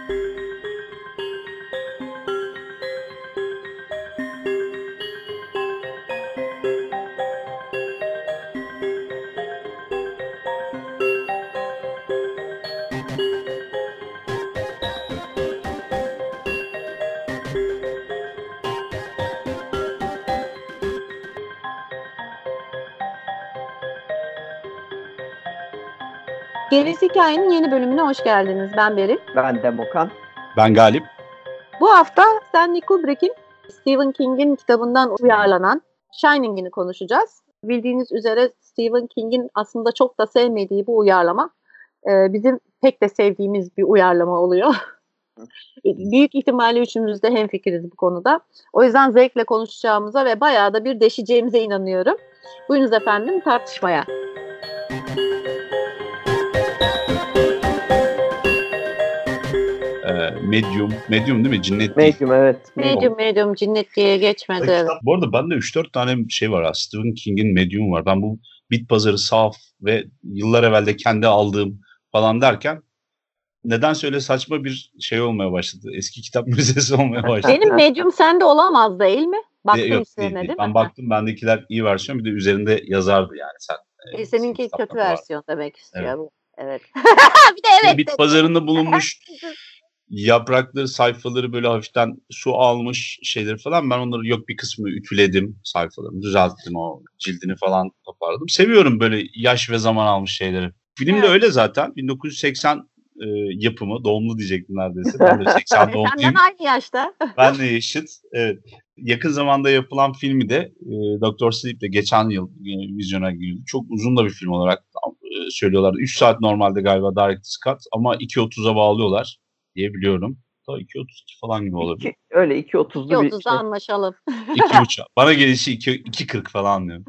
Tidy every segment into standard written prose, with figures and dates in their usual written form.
Gerisi Hikayenin yeni bölümüne hoş geldiniz. Ben Beril. Ben de Okan. Ben Galip. Bu hafta Stanley Kubrick'in Stephen King'in kitabından uyarlanan Shining'ini konuşacağız. Bildiğiniz üzere Stephen King'in aslında çok da sevmediği bu uyarlama bizim pek de sevdiğimiz bir uyarlama oluyor. Büyük ihtimalle üçümüz de hemfikiriz bu konuda. O yüzden zevkle konuşacağımıza ve bayağı da bir deşeceğimize inanıyorum. Buyurunuz efendim tartışmaya. Medium değil mi? Cinnet değil. Medium, evet. Medium, Cinnet diye geçmedi. Evet. Bu arada bende 3-4 tane şey var. Stephen King'in Medium var. Ben bu bit pazarı saf ve yıllar evvel kendi aldığım falan derken nedense öyle saçma bir şey olmaya başladı. Eski kitap müzesi olmaya başladı. Benim Medium sende olamaz değil mi? Baktım yok, üstlerine değil mi? Ben baktım, bendekiler iyi versiyon, bir de üzerinde yazardı yani sen. Seninki kötü versiyon demek istiyor. Evet. Evet. Bir de evet. Bit pazarında bulunmuş yaprakları, sayfaları böyle hafiften su almış şeyleri falan. Ben onları yok bir kısmını ütüledim, sayfalarını düzelttim, o cildini falan toparladım. Seviyorum böyle yaş ve zaman almış şeyleri. Film de öyle zaten. 1980 yapımı. Doğumlu diyecektim neredeyse. Ben de 80 doğumluyum. Senden aynı yaşta. Ben de eşit. Evet. Yakın zamanda yapılan filmi de Dr. Sleep'le geçen yıl vizyona girdi. Çok uzun da bir film olarak söylüyorlar. 3 saat normalde galiba Director's Cut ama 2.30'a bağlıyorlar diye biliyorum. Da 2.32 falan gibi olabilir. Öyle 2.30'lu bir 2.30'da anlaşalım. 2.5. Bana gelişi 2.40 falan diyorum.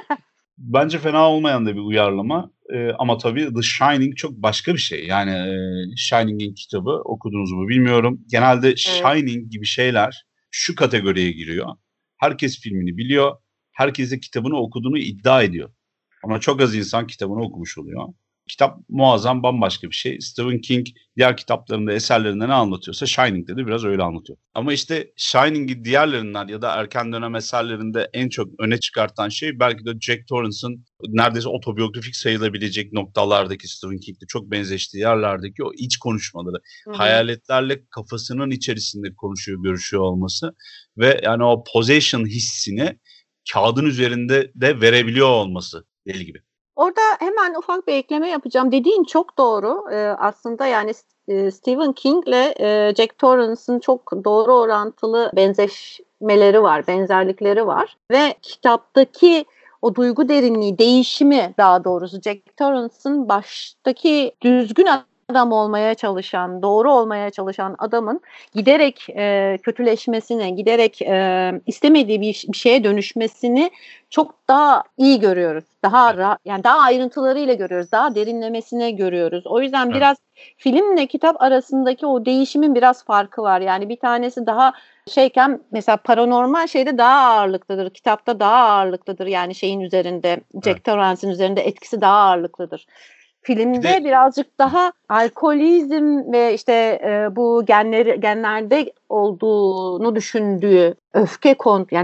Bence fena olmayan da bir uyarlama. Ama tabii The Shining çok başka bir şey. Yani Shining'in kitabı okudunuz mu bilmiyorum. Genelde evet. Shining gibi şeyler şu kategoriye giriyor. Herkes filmini biliyor. Herkes de kitabını okuduğunu iddia ediyor. Ama çok az insan kitabını okumuş oluyor. Kitap muazzam, bambaşka bir şey. Stephen King diğer kitaplarında, eserlerinde ne anlatıyorsa Shining'de de biraz öyle anlatıyor. Ama işte Shining'i diğerlerinden ya da erken dönem eserlerinde en çok öne çıkartan şey belki de Jack Torrance'ın neredeyse otobiyografik sayılabilecek noktalardaki, Stephen King'le çok benzeştiği yerlerdeki o iç konuşmaları. Hı-hı. Hayaletlerle kafasının içerisinde konuşuyor, görüşüyor olması ve yani o possession hissini kağıdın üzerinde de verebiliyor olması, deli gibi. Orada hemen ufak bir ekleme yapacağım. Dediğin çok doğru. Aslında yani Stephen King'le Jack Torrance'ın çok doğru orantılı benzeşmeleri var, benzerlikleri var. Ve kitaptaki o duygu derinliği, değişimi daha doğrusu Jack Torrance'ın baştaki düzgün adam olmaya çalışan, doğru olmaya çalışan adamın giderek kötüleşmesine, giderek istemediği bir şeye dönüşmesini çok daha iyi görüyoruz. Yani daha ayrıntılarıyla görüyoruz, daha derinlemesine görüyoruz. O yüzden biraz filmle kitap arasındaki o değişimin biraz farkı var. Yani bir tanesi daha şeyken mesela paranormal şeyde daha ağırlıklıdır, kitapta daha ağırlıklıdır. Yani şeyin üzerinde, Jack Torrance'ın üzerinde etkisi daha ağırlıklıdır. Filmde birazcık daha alkolizm ve işte bu genlerde olduğunu düşündüğü öfke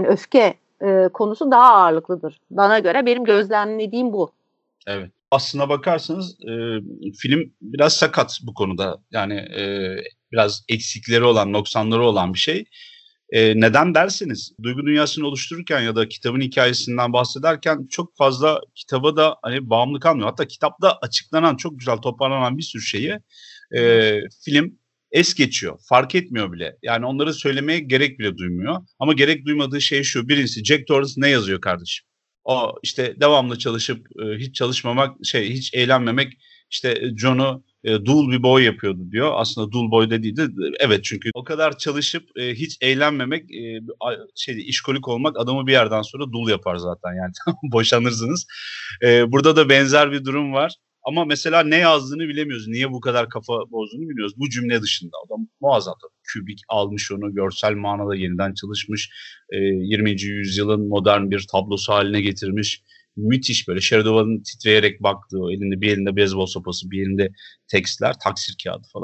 konusu daha ağırlıklıdır. Bana göre benim gözlemlediğim bu. Evet. Aslına bakarsanız film biraz sakat bu konuda. Yani biraz eksikleri olan, noksanları olan bir şey. Neden derseniz, duygu dünyasını oluştururken ya da kitabın hikayesinden bahsederken çok fazla kitaba da hani bağımlı kalmıyor. Hatta kitapta açıklanan, çok güzel toparlanan bir sürü şeyi film es geçiyor. Fark etmiyor bile. Yani onları söylemeye gerek bile duymuyor. Ama gerek duymadığı şey şu. Birincisi, Jack Torrance ne yazıyor kardeşim? O işte devamlı çalışıp hiç çalışmamak, hiç eğlenmemek, işte John'u dual bir boy yapıyordu diyor. Aslında dual boy da değildi. Evet, çünkü o kadar çalışıp hiç eğlenmemek, işkolik olmak adamı bir yerden sonra dul yapar zaten yani. Boşanırsınız. Burada da benzer bir durum var. Ama mesela ne yazdığını bilemiyoruz. Niye bu kadar kafa bozduğunu bilmiyoruz. Bu cümle dışında. Adam muazzam. Kubrick almış onu, görsel manada yeniden çalışmış. 20. yüzyılın modern bir tablosu haline getirmiş. Müthiş, böyle Sheridan'ın titreyerek baktığı, elinde bir elinde beyzbol sopası, bir elinde tekstler, taksir kağıdı falan.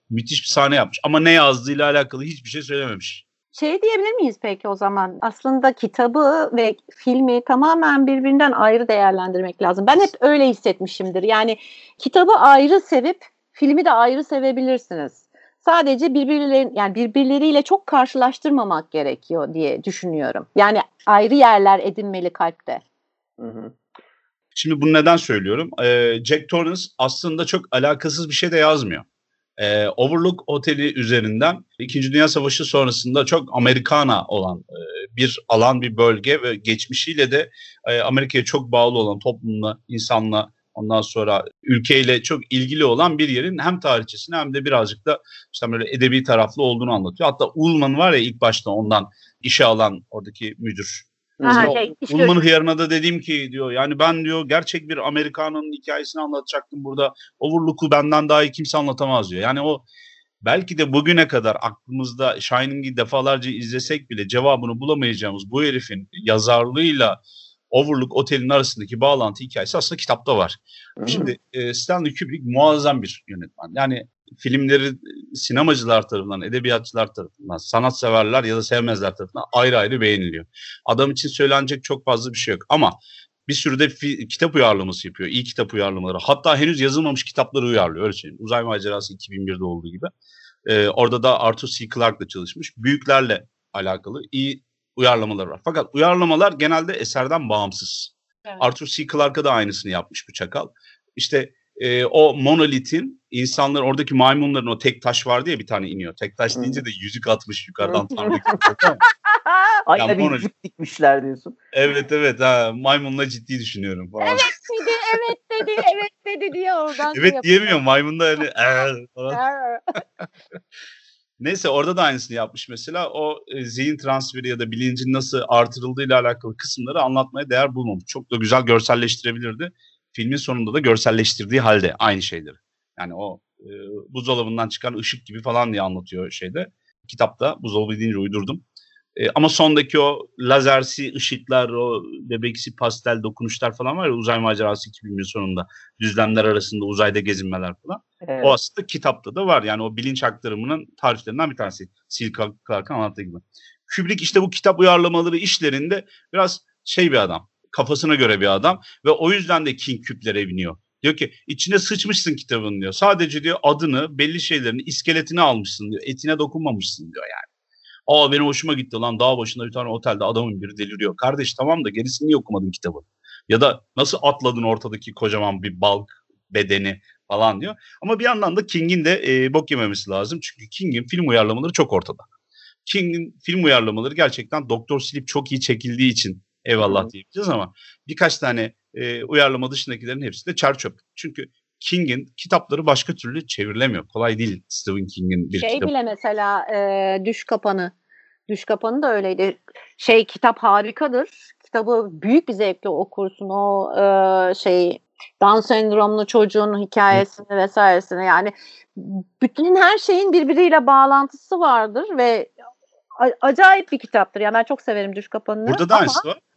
müthiş bir sahne yapmış. Ama ne yazdığıyla alakalı hiçbir şey söylememiş. Şey diyebilir miyiz peki o zaman? Aslında kitabı ve filmi tamamen birbirinden ayrı değerlendirmek lazım. Ben hep öyle hissetmişimdir. Yani kitabı ayrı sevip filmi de ayrı sevebilirsiniz. Sadece birbirleriyle çok karşılaştırmamak gerekiyor diye düşünüyorum. Yani ayrı yerler edinmeli kalpte. Hı hı. Şimdi bunu neden söylüyorum? Jack Torrance aslında çok alakasız bir şey de yazmıyor. Overlook Oteli üzerinden İkinci Dünya Savaşı sonrasında çok Amerikana olan bir alan, bir bölge ve geçmişiyle de Amerika'ya çok bağlı olan toplumla, insanla, ondan sonra ülkeyle çok ilgili olan bir yerin hem tarihçesini hem de birazcık da işte böyle edebi taraflı olduğunu anlatıyor. Hatta Ullman var ya ilk başta ondan işe alan oradaki müdür. Ullman'ın hıyarına da dedim ki diyor yani ben diyor gerçek bir Amerikan'ın hikayesini anlatacaktım burada. Overlook'u benden daha iyi kimse anlatamaz diyor. Yani o belki de bugüne kadar aklımızda Shining'i defalarca izlesek bile cevabını bulamayacağımız bu herifin yazarlığıyla Overlook Otel'in arasındaki bağlantı hikayesi aslında kitapta var. Şimdi Stanley Kubrick muazzam bir yönetmen. Yani filmleri sinemacılar tarafından, edebiyatçılar tarafından, sanatseverler ya da sevmezler tarafından ayrı ayrı beğeniliyor. Adam için söylenecek çok fazla bir şey yok. Ama bir sürü de kitap uyarlaması yapıyor. İyi kitap uyarlamaları. Hatta henüz yazılmamış kitapları uyarlıyor. Öyle söyleyeyim. Uzay Macerası 2001'de olduğu gibi. Orada da Arthur C. Clarke'la çalışmış. Büyüklerle alakalı iyi uyarlamaları var. Fakat uyarlamalar genelde eserden bağımsız. Evet. Arthur C. Clarke'a da aynısını yapmış bu çakal. İşte o monolitin insanlar oradaki maymunların o tek taş vardı ya bir tane iniyor. Tek taş deyince de yüzük atmış yukarıdan tanrı. Aynen bir yüzük dikmişler diyorsun. Evet maymunla ciddi düşünüyorum falan. Evet dedi diye oradan. Evet diyemiyorum maymun da öyle Neyse orada da aynısını yapmış mesela. O zihin transferi ya da bilincin nasıl artırıldığıyla alakalı kısımları anlatmaya değer bulmamış. Çok da güzel görselleştirebilirdi. Filmin sonunda da görselleştirdiği halde aynı şeyleri. Yani o buzdolabından çıkan ışık gibi falan diye anlatıyor şeyde. Kitapta buzdolabı deyince uydurdum. Ama sondaki o lazersi ışıklar, o bebeksi pastel dokunuşlar falan var ya Uzay Macerası 2001 sonunda. Düzlemler arasında uzayda gezinmeler falan. Evet. O aslında kitapta da var. Yani o bilinç aktarımının tariflerinden bir tanesi. Sil Clarke'ın anlattığı gibi. Kubrick işte bu kitap uyarlamaları işlerinde biraz bir adam. Kafasına göre bir adam. Ve o yüzden de King küplere biniyor. Diyor ki içine sıçmışsın kitabın diyor. Sadece diyor adını, belli şeylerini, iskeletini almışsın diyor. Etine dokunmamışsın diyor yani. Benim hoşuma gitti lan dağ başında bir tane otelde adamın biri deliriyor. Kardeş tamam da gerisini niye okumadın kitabı? Ya da nasıl atladın ortadaki kocaman bir balk bedeni falan diyor. Ama bir yandan da King'in de bok yememesi lazım. Çünkü King'in film uyarlamaları çok ortada. King'in film uyarlamaları gerçekten Doktor Sleep çok iyi çekildiği için eyvallah diyebiliriz ama birkaç tane uyarlama dışındakilerin hepsi de çer çöp. Çünkü King'in kitapları başka türlü çevrilemiyor. Kolay değil Stephen King'in bir kitabı. Bile mesela Düş Kapanı. Düş Kapanı da öyleydi. Kitap harikadır. Kitabı büyük bir zevkle okursun. O Down sendromlu çocuğun hikayesini vesairesini yani bütün her şeyin birbiriyle bağlantısı vardır ve acayip bir kitaptır. Yani ben çok severim Düş Kapanı'nı. Burada da aynısı var.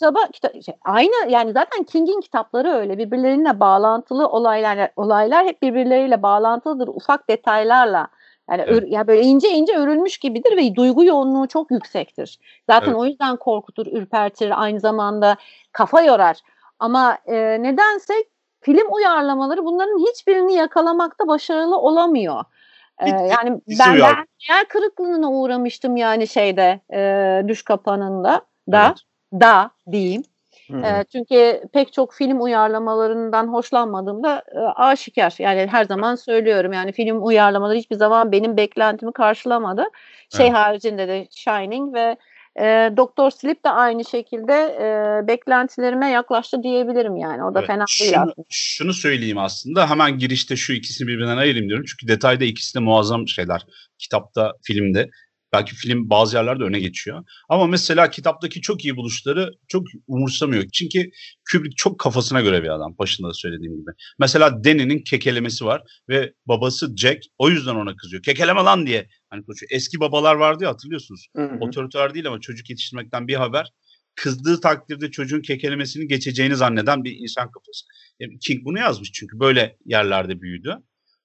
Aynı yani zaten King'in kitapları öyle birbirleriyle bağlantılı olaylar hep birbirleriyle bağlantılıdır ufak detaylarla. Yani evet. Böyle ince örülmüş gibidir ve duygu yoğunluğu çok yüksektir. Zaten o yüzden korkutur, ürpertir, aynı zamanda kafa yorar. Ama nedense film uyarlamaları bunların hiçbirini yakalamakta başarılı olamıyor. Yani ben hayal kırıklığına uğramıştım yani Düş Kapanı'nda da diyeyim. Çünkü pek çok film uyarlamalarından hoşlanmadığım da aşikar. Yani her zaman söylüyorum yani film uyarlamaları hiçbir zaman benim beklentimi karşılamadı. Haricinde de Shining ve Doktor Sleep de aynı şekilde beklentilerime yaklaştı diyebilirim yani. O da fena değil aslında. Şunu söyleyeyim aslında hemen girişte şu ikisini birbirinden ayırayım diyorum. Çünkü detayda ikisi de muazzam şeyler. Kitapta, filmde. Belki film bazı yerlerde öne geçiyor. Ama mesela kitaptaki çok iyi buluşları çok umursamıyor. Çünkü Kubrick çok kafasına göre bir adam. Başında da söylediğim gibi. Mesela Danny'nin kekelemesi var ve babası Jack o yüzden ona kızıyor. Kekeleme lan diye. Hani konuşuyor. Eski babalar vardı ya hatırlıyorsunuz. Otoriter değil ama çocuk yetiştirmekten bir haber. Kızdığı takdirde çocuğun kekelemesini geçeceğini zanneden bir insan kafası. King bunu yazmış çünkü böyle yerlerde büyüdü.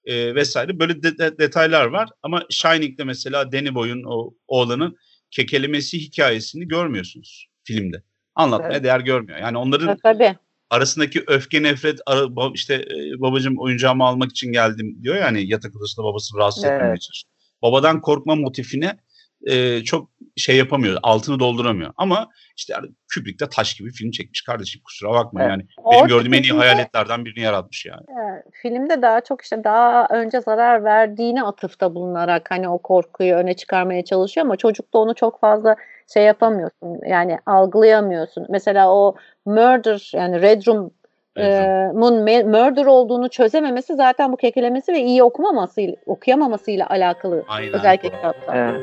vesaire böyle detaylar var. Ama Shining'de mesela Danny Boy'un o oğlanın kekelemesi hikayesini görmüyorsunuz filmde. Anlatmaya değer görmüyor. Yani onların Tabii. arasındaki öfke, nefret, işte babacığım oyuncağımı almak için geldim diyor ya, hani yatak odasında babasını rahatsız etmemeye çalışıyor. Babadan korkma motifine çok şey yapamıyor, altını dolduramıyor. Ama işte yani Kubrick de taş gibi film çekmiş kardeşim, kusura bakma yani. Benim gördüğüm en iyi hayaletlerden birini yaratmış yani. Filmde daha çok işte daha önce zarar verdiğine atıfta bulunarak hani o korkuyu öne çıkarmaya çalışıyor ama çocukta onu çok fazla şey yapamıyorsun. Yani algılayamıyorsun. Mesela o murder, yani Red Room'un murder olduğunu çözememesi zaten bu kekelemesi ve iyi okuyamamasıyla alakalı. Aynen. Özellikle kitapta. Evet.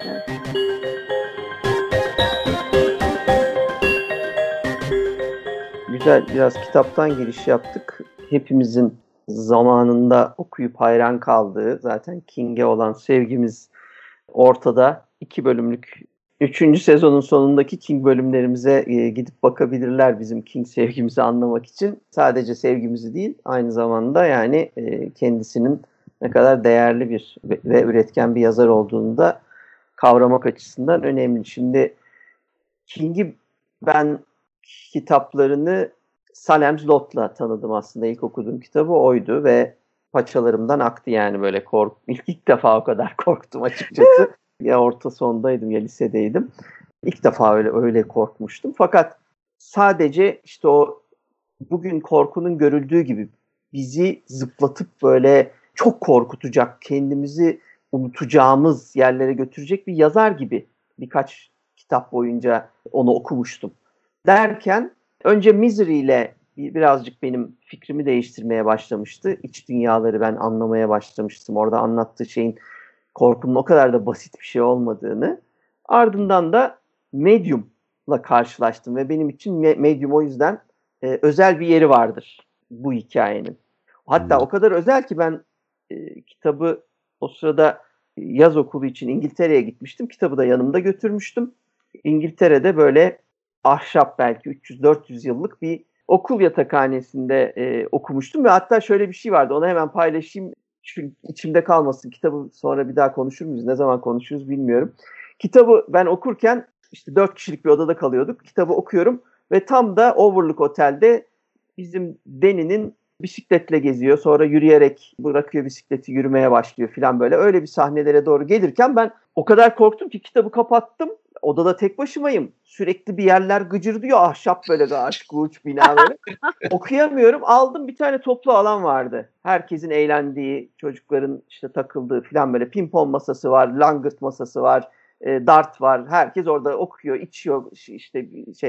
Güzel, biraz kitaptan giriş yaptık. Hepimizin zamanında okuyup hayran kaldığı, zaten King'e olan sevgimiz ortada. 2 bölümlük 3. sezonun sonundaki King bölümlerimize gidip bakabilirler bizim King sevgimizi anlamak için. Sadece sevgimizi değil, aynı zamanda yani kendisinin ne kadar değerli bir ve üretken bir yazar olduğunu da kavramak açısından önemli. Şimdi King'i ben kitaplarını Salem's Lot'la tanıdım aslında. İlk okuduğum kitabı oydu ve paçalarımdan aktı yani böyle İlk defa o kadar korktum açıkçası. Ya orta sondaydım ya lisedeydim. İlk defa öyle korkmuştum. Fakat sadece işte o bugün korkunun görüldüğü gibi bizi zıplatıp böyle çok korkutacak, kendimizi unutacağımız yerlere götürecek bir yazar gibi birkaç kitap boyunca onu okumuştum. Derken önce Misery ile birazcık benim fikrimi değiştirmeye başlamıştı. İç dünyaları ben anlamaya başlamıştım. Orada anlattığı şeyin korkunun o kadar da basit bir şey olmadığını. Ardından da Medium'la karşılaştım ve benim için Medium o yüzden özel bir yeri vardır bu hikayenin. Hatta o kadar özel ki ben kitabı o sırada yaz okulu için İngiltere'ye gitmiştim. Kitabı da yanımda götürmüştüm. İngiltere'de böyle ahşap belki 300-400 yıllık bir okul yatakhanesinde okumuştum ve hatta şöyle bir şey vardı. Onu hemen paylaşayım. Çünkü içimde kalmasın. Kitabı sonra bir daha konuşur muyuz? Ne zaman konuşuruz bilmiyorum. Kitabı ben okurken işte 4 kişilik bir odada kalıyorduk. Kitabı okuyorum ve tam da Overlook Otel'de bizim Danny'nin bisikletle geziyor. Sonra yürüyerek bırakıyor bisikleti, yürümeye başlıyor falan böyle. Öyle bir sahnelere doğru gelirken ben o kadar korktum ki kitabı kapattım. Odada tek başımayım. Sürekli bir yerler gıcırdıyor. Ahşap böyle gaç guç bina böyle. Okuyamıyorum. Aldım, bir tane toplu alan vardı. Herkesin eğlendiği, çocukların işte takıldığı falan böyle pimpon masası var, langırt masası var, dart var. Herkes orada okuyor, içiyor, işte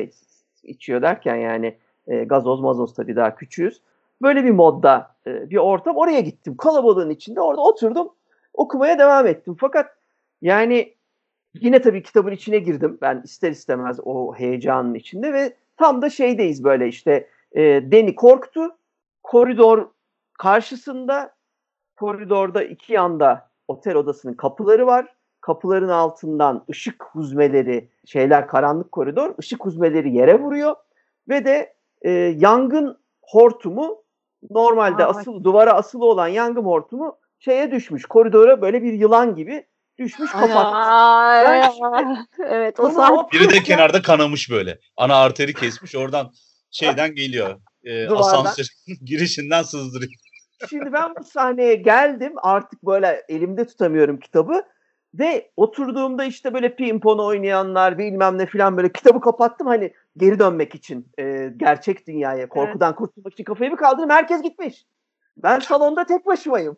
içiyor derken yani gazoz mazoz, tabii daha küçüğüz. Böyle bir modda bir ortam. Oraya gittim. Kalabalığın içinde orada oturdum. Okumaya devam ettim. Fakat yani yine tabii kitabın içine girdim. Ben ister istemez o heyecanın içinde ve tam da şeydeyiz böyle işte Danny korktu. Koridor karşısında, koridorda iki yanda otel odasının kapıları var. Kapıların altından ışık huzmeleri, karanlık koridor, ışık huzmeleri yere vuruyor ve de yangın hortumu, normalde duvara asılı olan yangın hortumu düşmüş. Koridora böyle bir yılan gibi düşmüş, kapatmış. Evet, biri de kenarda kanamış böyle. Ana arteri kesmiş, oradan geliyor. Asansör girişinden sızdırıyor. Şimdi ben bu sahneye geldim. Artık böyle elimde tutamıyorum kitabı. Ve oturduğumda işte böyle pimpon oynayanlar bilmem ne falan, böyle kitabı kapattım hani geri dönmek için gerçek dünyaya, korkudan kurtulmak için kafayı bir kaldırdım. Herkes gitmiş. Ben salonda tek başımayım.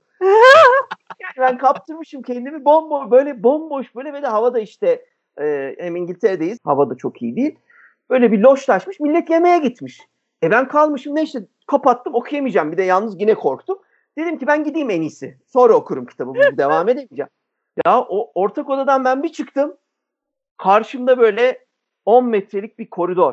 Yani ben kaptırmışım kendimi, bomboş böyle ve de havada işte hem İngiltere'deyiz. Hava da çok iyi değil. Böyle bir loşlaşmış. Millet yemeğe gitmiş. Ben kalmışım, ne işte kapattım, okuyamayacağım. Bir de yalnız yine korktum. Dedim ki ben gideyim en iyisi. Sonra okurum kitabı. Devam edemeyeceğim. Ya o ortak odadan ben bir çıktım. Karşımda böyle 10 metrelik bir koridor.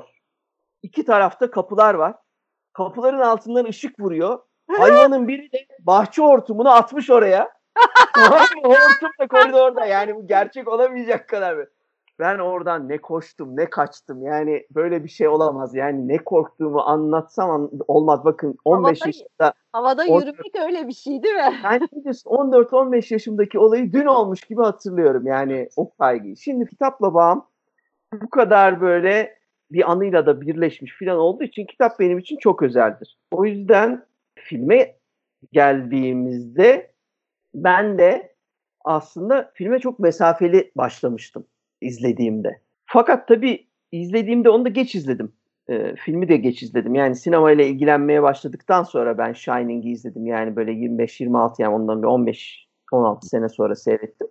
İki tarafta kapılar var. Kapıların altından ışık vuruyor. Hayvanın biri de bahçe hortumunu atmış oraya. Hortum da koridorda. Yani bu gerçek olamayacak kadar böyle. Ben oradan ne koştum ne kaçtım. Yani böyle bir şey olamaz. Yani ne korktuğumu anlatsam olmaz. Bakın 15 yaşında. Havada yürümek öyle bir şey değil mi? Yani 14-15 yaşımdaki olayı dün olmuş gibi hatırlıyorum. Yani o kaygıyı. Şimdi kitapla bağım bu kadar böyle bir anıyla da birleşmiş falan olduğu için kitap benim için çok özeldir. O yüzden filme geldiğimizde ben de aslında filme çok mesafeli başlamıştım izlediğimde. Fakat tabii izlediğimde onu da geç izledim. Filmi de geç izledim. Yani sinemayla ilgilenmeye başladıktan sonra ben Shining'i izledim. Yani böyle 25-26 yani ondan bir 15-16 sene sonra seyrettim.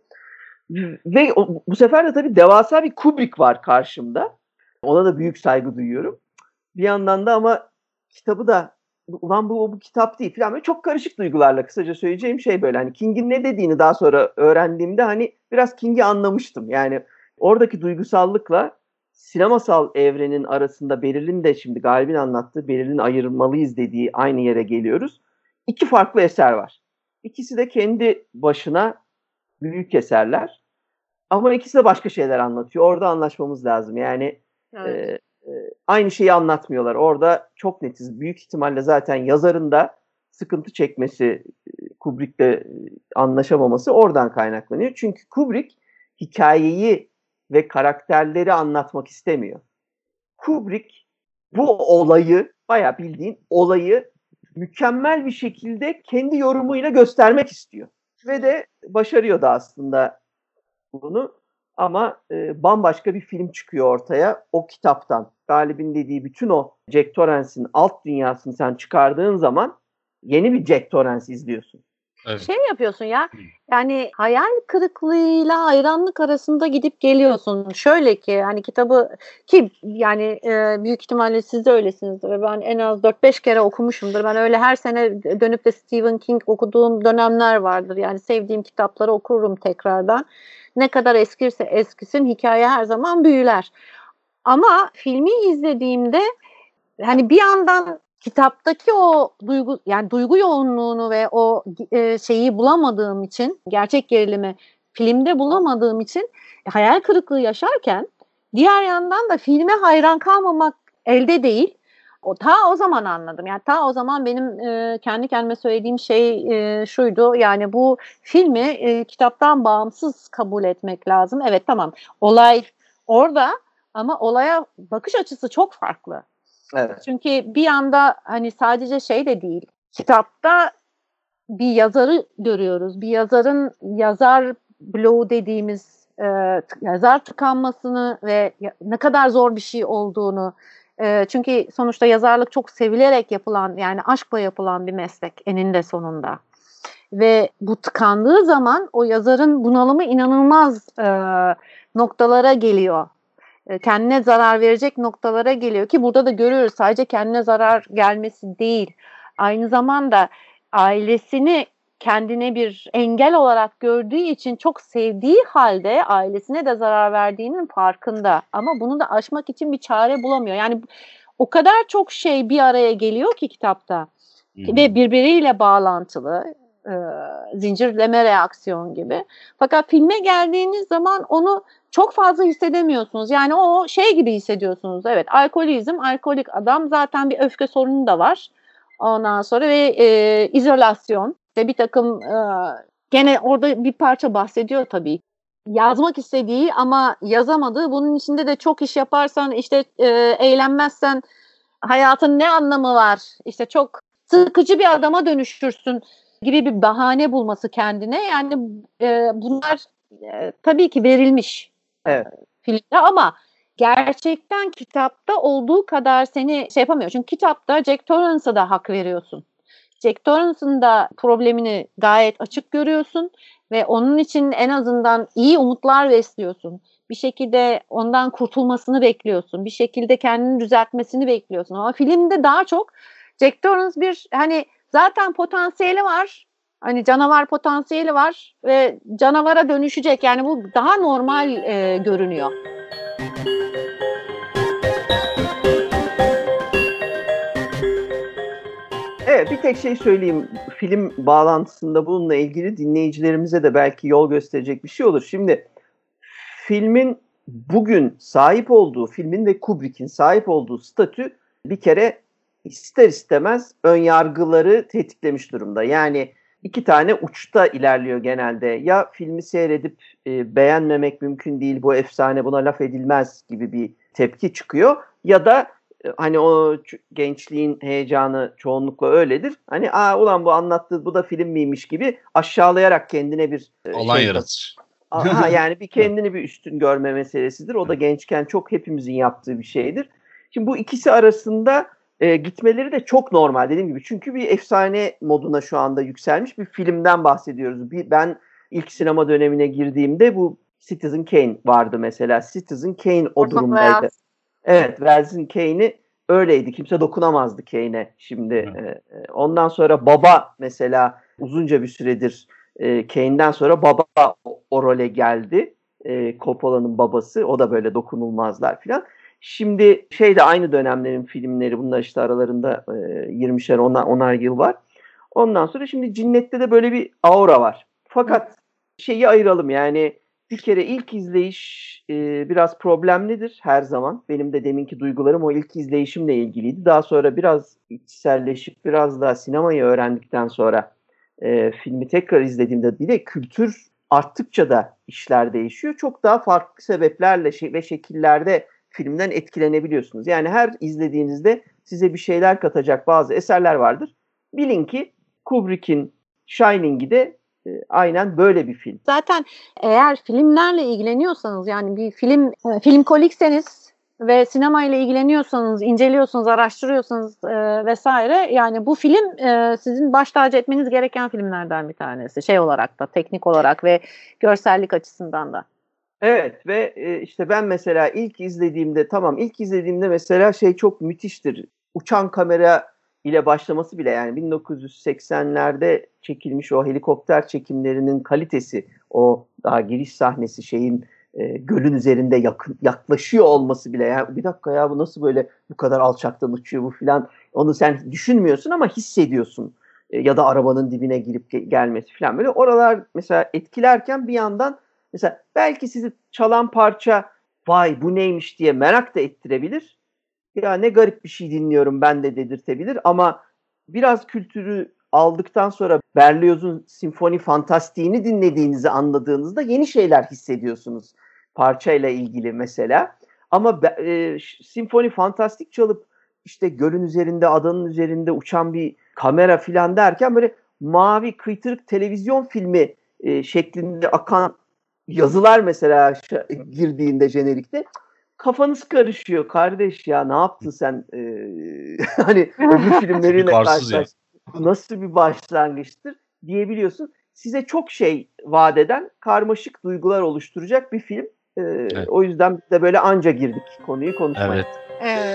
Ve bu sefer de tabii devasa bir Kubrick var karşımda. Ona da büyük saygı duyuyorum. Bir yandan da ama kitabı da ulan bu kitap değil falan böyle çok karışık duygularla kısaca söyleyeceğim şey böyle. Hani King'in ne dediğini daha sonra öğrendiğimde hani biraz King'i anlamıştım. Yani oradaki duygusallıkla sinemasal evrenin arasında Beril'in de şimdi Galip'in anlattığı Beril'in ayırmalıyız dediği aynı yere geliyoruz. İki farklı eser var. İkisi de kendi başına büyük eserler. Ama ikisi de başka şeyler anlatıyor. Orada anlaşmamız lazım. Yani evet. Aynı şeyi anlatmıyorlar. Orada çok netiz. Büyük ihtimalle zaten yazarın da sıkıntı çekmesi, Kubrick'le anlaşamaması oradan kaynaklanıyor. Çünkü Kubrick hikayeyi ve karakterleri anlatmak istemiyor. Kubrick bu olayı, bayağı bildiğin olayı mükemmel bir şekilde kendi yorumuyla göstermek istiyor. Ve de başarıyor da aslında bunu. Ama bambaşka bir film çıkıyor ortaya o kitaptan. Galip'in dediği bütün o Jack Torrance'in alt dünyasını sen çıkardığın zaman yeni bir Jack Torrance izliyorsun. Evet. Şey yapıyorsun ya, yani hayal kırıklığıyla hayranlık arasında gidip geliyorsun. Şöyle ki hani kitabı ki yani büyük ihtimalle siz de öylesinizdir ve ben en az 4-5 kere okumuşumdur. Ben öyle her sene dönüp de Stephen King okuduğum dönemler vardır. Yani sevdiğim kitapları okurum tekrardan. Ne kadar eskirse eskisin hikaye her zaman büyüler. Ama filmi izlediğimde hani bir yandan kitaptaki o duygu yoğunluğunu ve o şeyi bulamadığım için, gerçek gerilimi filmde bulamadığım için hayal kırıklığı yaşarken diğer yandan da filme hayran kalmamak elde değil. O zaman anladım. Yani o zaman benim kendi kendime söylediğim şey şuydu. Yani bu filmi kitaptan bağımsız kabul etmek lazım. Evet, tamam. Olay orada ama olaya bakış açısı çok farklı. Evet. Çünkü bir yanda hani sadece şey de değil. Kitapta bir yazarı görüyoruz. Bir yazarın yazar bloğu dediğimiz yazar tıkanmasını ve ne kadar zor bir şey olduğunu. Çünkü sonuçta yazarlık çok sevilerek yapılan, yani aşkla yapılan bir meslek eninde sonunda. Ve bu tıkandığı zaman o yazarın bunalımı inanılmaz noktalara geliyor. Kendine zarar verecek noktalara geliyor ki burada da görüyoruz, sadece kendine zarar gelmesi değil, aynı zamanda ailesini kendine bir engel olarak gördüğü için çok sevdiği halde ailesine de zarar verdiğinin farkında ama bunu da aşmak için bir çare bulamıyor. Yani o kadar çok şey bir araya geliyor ki kitapta ve birbiriyle bağlantılı, zincirleme reaksiyon gibi. Fakat filme geldiğiniz zaman onu çok fazla hissedemiyorsunuz. Yani o şey gibi hissediyorsunuz. Evet, alkolik adam, zaten bir öfke sorunu da var. Ondan sonra ve izolasyon. İşte bir takım gene orada bir parça bahsediyor tabii. Yazmak istediği ama yazamadığı, bunun içinde de çok iş yaparsan, işte eğlenmezsen hayatın ne anlamı var? İşte çok sıkıcı bir adama dönüşürsün gibi bir bahane bulması kendine. Yani bunlar tabii ki verilmiş filmde ama gerçekten kitapta olduğu kadar seni şey yapamıyor. Çünkü kitapta Jack Torrance'a da hak veriyorsun. Jack Torrance'ın da problemini gayet açık görüyorsun ve onun için en azından iyi umutlar besliyorsun. Bir şekilde ondan kurtulmasını bekliyorsun. Bir şekilde kendini düzeltmesini bekliyorsun. Ama filmde daha çok Jack Torrance bir hani zaten potansiyeli var. Hani canavar potansiyeli var ve canavara dönüşecek. Yani bu daha normal görünüyor. Evet, bir tek şey söyleyeyim. Film bağlantısında bununla ilgili dinleyicilerimize de belki yol gösterecek bir şey olur. Şimdi filmin bugün sahip olduğu filmin ve Kubrick'in sahip olduğu statü bir kere ister istemez ön yargıları tetiklemiş durumda. Yani iki tane uçta ilerliyor genelde. Ya filmi seyredip beğenmemek mümkün değil, bu efsane, buna laf edilmez gibi bir tepki çıkıyor. Ya da hani o gençliğin heyecanı çoğunlukla öyledir. Hani ulan bu anlattığı bu da film miymiş gibi aşağılayarak kendine bir alan yaratır. Yani bir kendini bir üstün görme meselesidir. O da gençken çok hepimizin yaptığı bir şeydir. Şimdi bu ikisi arasında gitmeleri de çok normal dediğim gibi. Çünkü bir efsane moduna şu anda yükselmiş bir filmden bahsediyoruz. Ben ilk sinema dönemine girdiğimde bu Citizen Kane vardı mesela. Citizen Kane o durumdaydı. Evet, Citizen Kane'i öyleydi. Kimse dokunamazdı Kane'e şimdi. Ondan sonra Baba mesela uzunca bir süredir Kane'den sonra Baba o role geldi. Coppola'nın babası. O da böyle dokunulmazlar filan. Şimdi de aynı dönemlerin filmleri. Bunlar işte aralarında 20'şer 10'ar yıl var. Ondan sonra şimdi Cinnet'te de böyle bir aura var. Fakat şeyi ayıralım yani bir kere ilk izleyiş biraz problemlidir her zaman. Benim de deminki duygularım o ilk izleyişimle ilgiliydi. Daha sonra biraz içselleşip biraz daha sinemayı öğrendikten sonra filmi tekrar izlediğimde bile kültür arttıkça da işler değişiyor. Çok daha farklı sebeplerle ve şekillerde filmden etkilenebiliyorsunuz. Yani her izlediğinizde size bir şeyler katacak bazı eserler vardır. Bilin ki Kubrick'in Shining'i de aynen böyle bir film. Zaten eğer filmlerle ilgileniyorsanız yani bir filmkolikseniz ve sinema ile ilgileniyorsanız, inceliyorsanız, araştırıyorsanız vesaire yani bu film sizin baş tacı etmeniz gereken filmlerden bir tanesi. Şey olarak da, teknik olarak ve görsellik açısından da. Evet ve işte ben mesela ilk izlediğimde mesela çok müthiştir. Uçan kamera ile başlaması bile yani 1980'lerde çekilmiş o helikopter çekimlerinin kalitesi, o daha giriş sahnesi gölün üzerinde yaklaşıyor olması bile yani bir dakika ya bu nasıl böyle bu kadar alçaktan uçuyor bu filan, onu sen düşünmüyorsun ama hissediyorsun. Ya da arabanın dibine girip gelmesi filan böyle oralar mesela etkilerken bir yandan mesela belki sizi çalan parça vay bu neymiş diye merak da ettirebilir. Ya ne garip bir şey dinliyorum ben de dedirtebilir ama biraz kültürü aldıktan sonra Berlioz'un Sinfoni Fantastiğini dinlediğinizi anladığınızda yeni şeyler hissediyorsunuz parçayla ilgili mesela. Ama Sinfoni Fantastik çalıp işte gölün üzerinde, adanın üzerinde uçan bir kamera filan derken böyle mavi kıytırık televizyon filmi şeklinde akan yazılar mesela girdiğinde jenerikte kafanız karışıyor kardeş ya ne yaptın sen hani öbür filmleriyle karşılaş nasıl bir başlangıçtır diyebiliyorsun. Size çok şey vaat eden karmaşık duygular oluşturacak bir film. Evet. O yüzden biz de böyle anca girdik konuyu konuşmaya. Evet.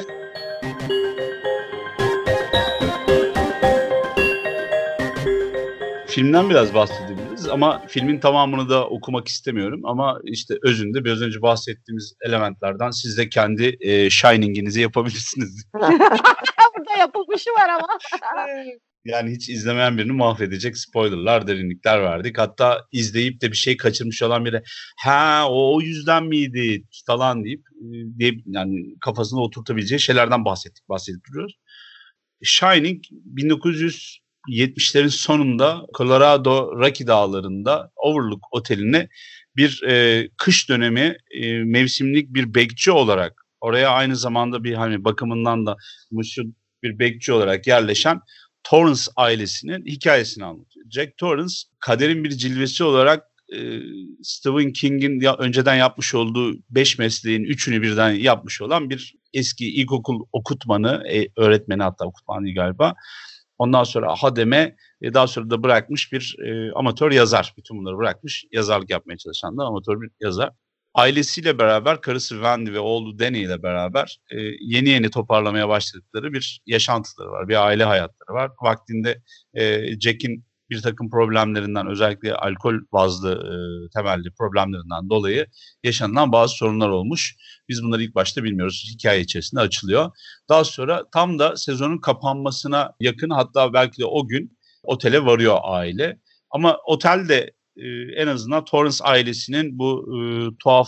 Filmden biraz bahsedebiliriz ama filmin tamamını da okumak istemiyorum ama işte özünde biraz önce bahsettiğimiz elementlerden siz de kendi Shining'inizi yapabilirsiniz. Burada yapılmışı var ama. Yani hiç izlemeyen birini mahvedecek spoilerlar, derinlikler verdik. Hatta izleyip de bir şey kaçırmış olan biri o yüzden miydi falan deyip yani kafasına oturtabileceği şeylerden bahsedip duruyoruz. Shining 1970'lerin sonunda Colorado Rocky Dağları'nda Overlook Oteli'ne bir kış dönemi mevsimlik bir bekçi olarak oraya aynı zamanda bir hani bakımından da meşhur bir bekçi olarak yerleşen Torrance ailesinin hikayesini anlatıyor. Jack Torrance kaderin bir cilvesi olarak Stephen King'in önceden yapmış olduğu 5 mesleğin 3'ünü birden yapmış olan bir eski ilkokul okutmanı, öğretmeni hatta okutman değil galiba. Ondan sonra hademe daha sonra da bırakmış bir amatör yazar. Bütün bunları bırakmış. Yazarlık yapmaya çalışan da amatör bir yazar. Ailesiyle beraber karısı Wendy ve oğlu Danny ile beraber yeni toparlamaya başladıkları bir yaşantıları var. Bir aile hayatları var. Vaktinde Jack'in bir takım problemlerinden özellikle alkol bazlı temelli problemlerinden dolayı yaşanılan bazı sorunlar olmuş. Biz bunları ilk başta bilmiyoruz. Hikaye içerisinde açılıyor. Daha sonra tam da sezonun kapanmasına yakın hatta belki de o gün otele varıyor aile. Ama otelde en azından Torrance ailesinin bu tuhaflığın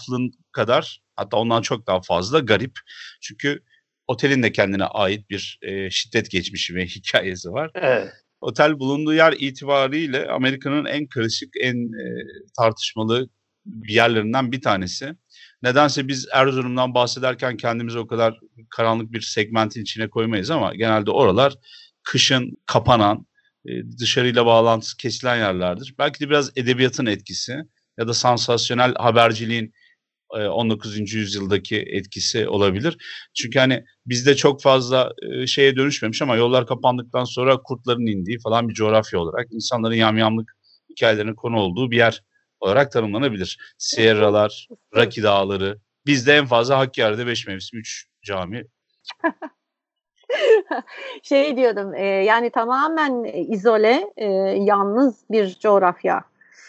kadar, hatta ondan çok daha fazla garip. Çünkü otelin de kendine ait bir şiddet geçmişi ve hikayesi var. Evet. Otel bulunduğu yer itibariyle Amerika'nın en karışık, en tartışmalı yerlerinden bir tanesi. Nedense biz Erzurum'dan bahsederken kendimizi o kadar karanlık bir segmentin içine koymayız ama genelde oralar kışın kapanan, dışarıyla bağlantısı kesilen yerlerdir. Belki de biraz edebiyatın etkisi ya da sansasyonel haberciliğin 19. yüzyıldaki etkisi olabilir. Çünkü hani bizde çok fazla şeye dönüşmemiş ama yollar kapandıktan sonra kurtların indiği falan bir coğrafya olarak insanların yamyamlık hikayelerine konu olduğu bir yer olarak tanımlanabilir. Sierralar, Rocky Dağları, bizde en fazla Hakkari'de 5 mevsim 3 cami. Şey diyordum, yani tamamen izole, yalnız bir coğrafya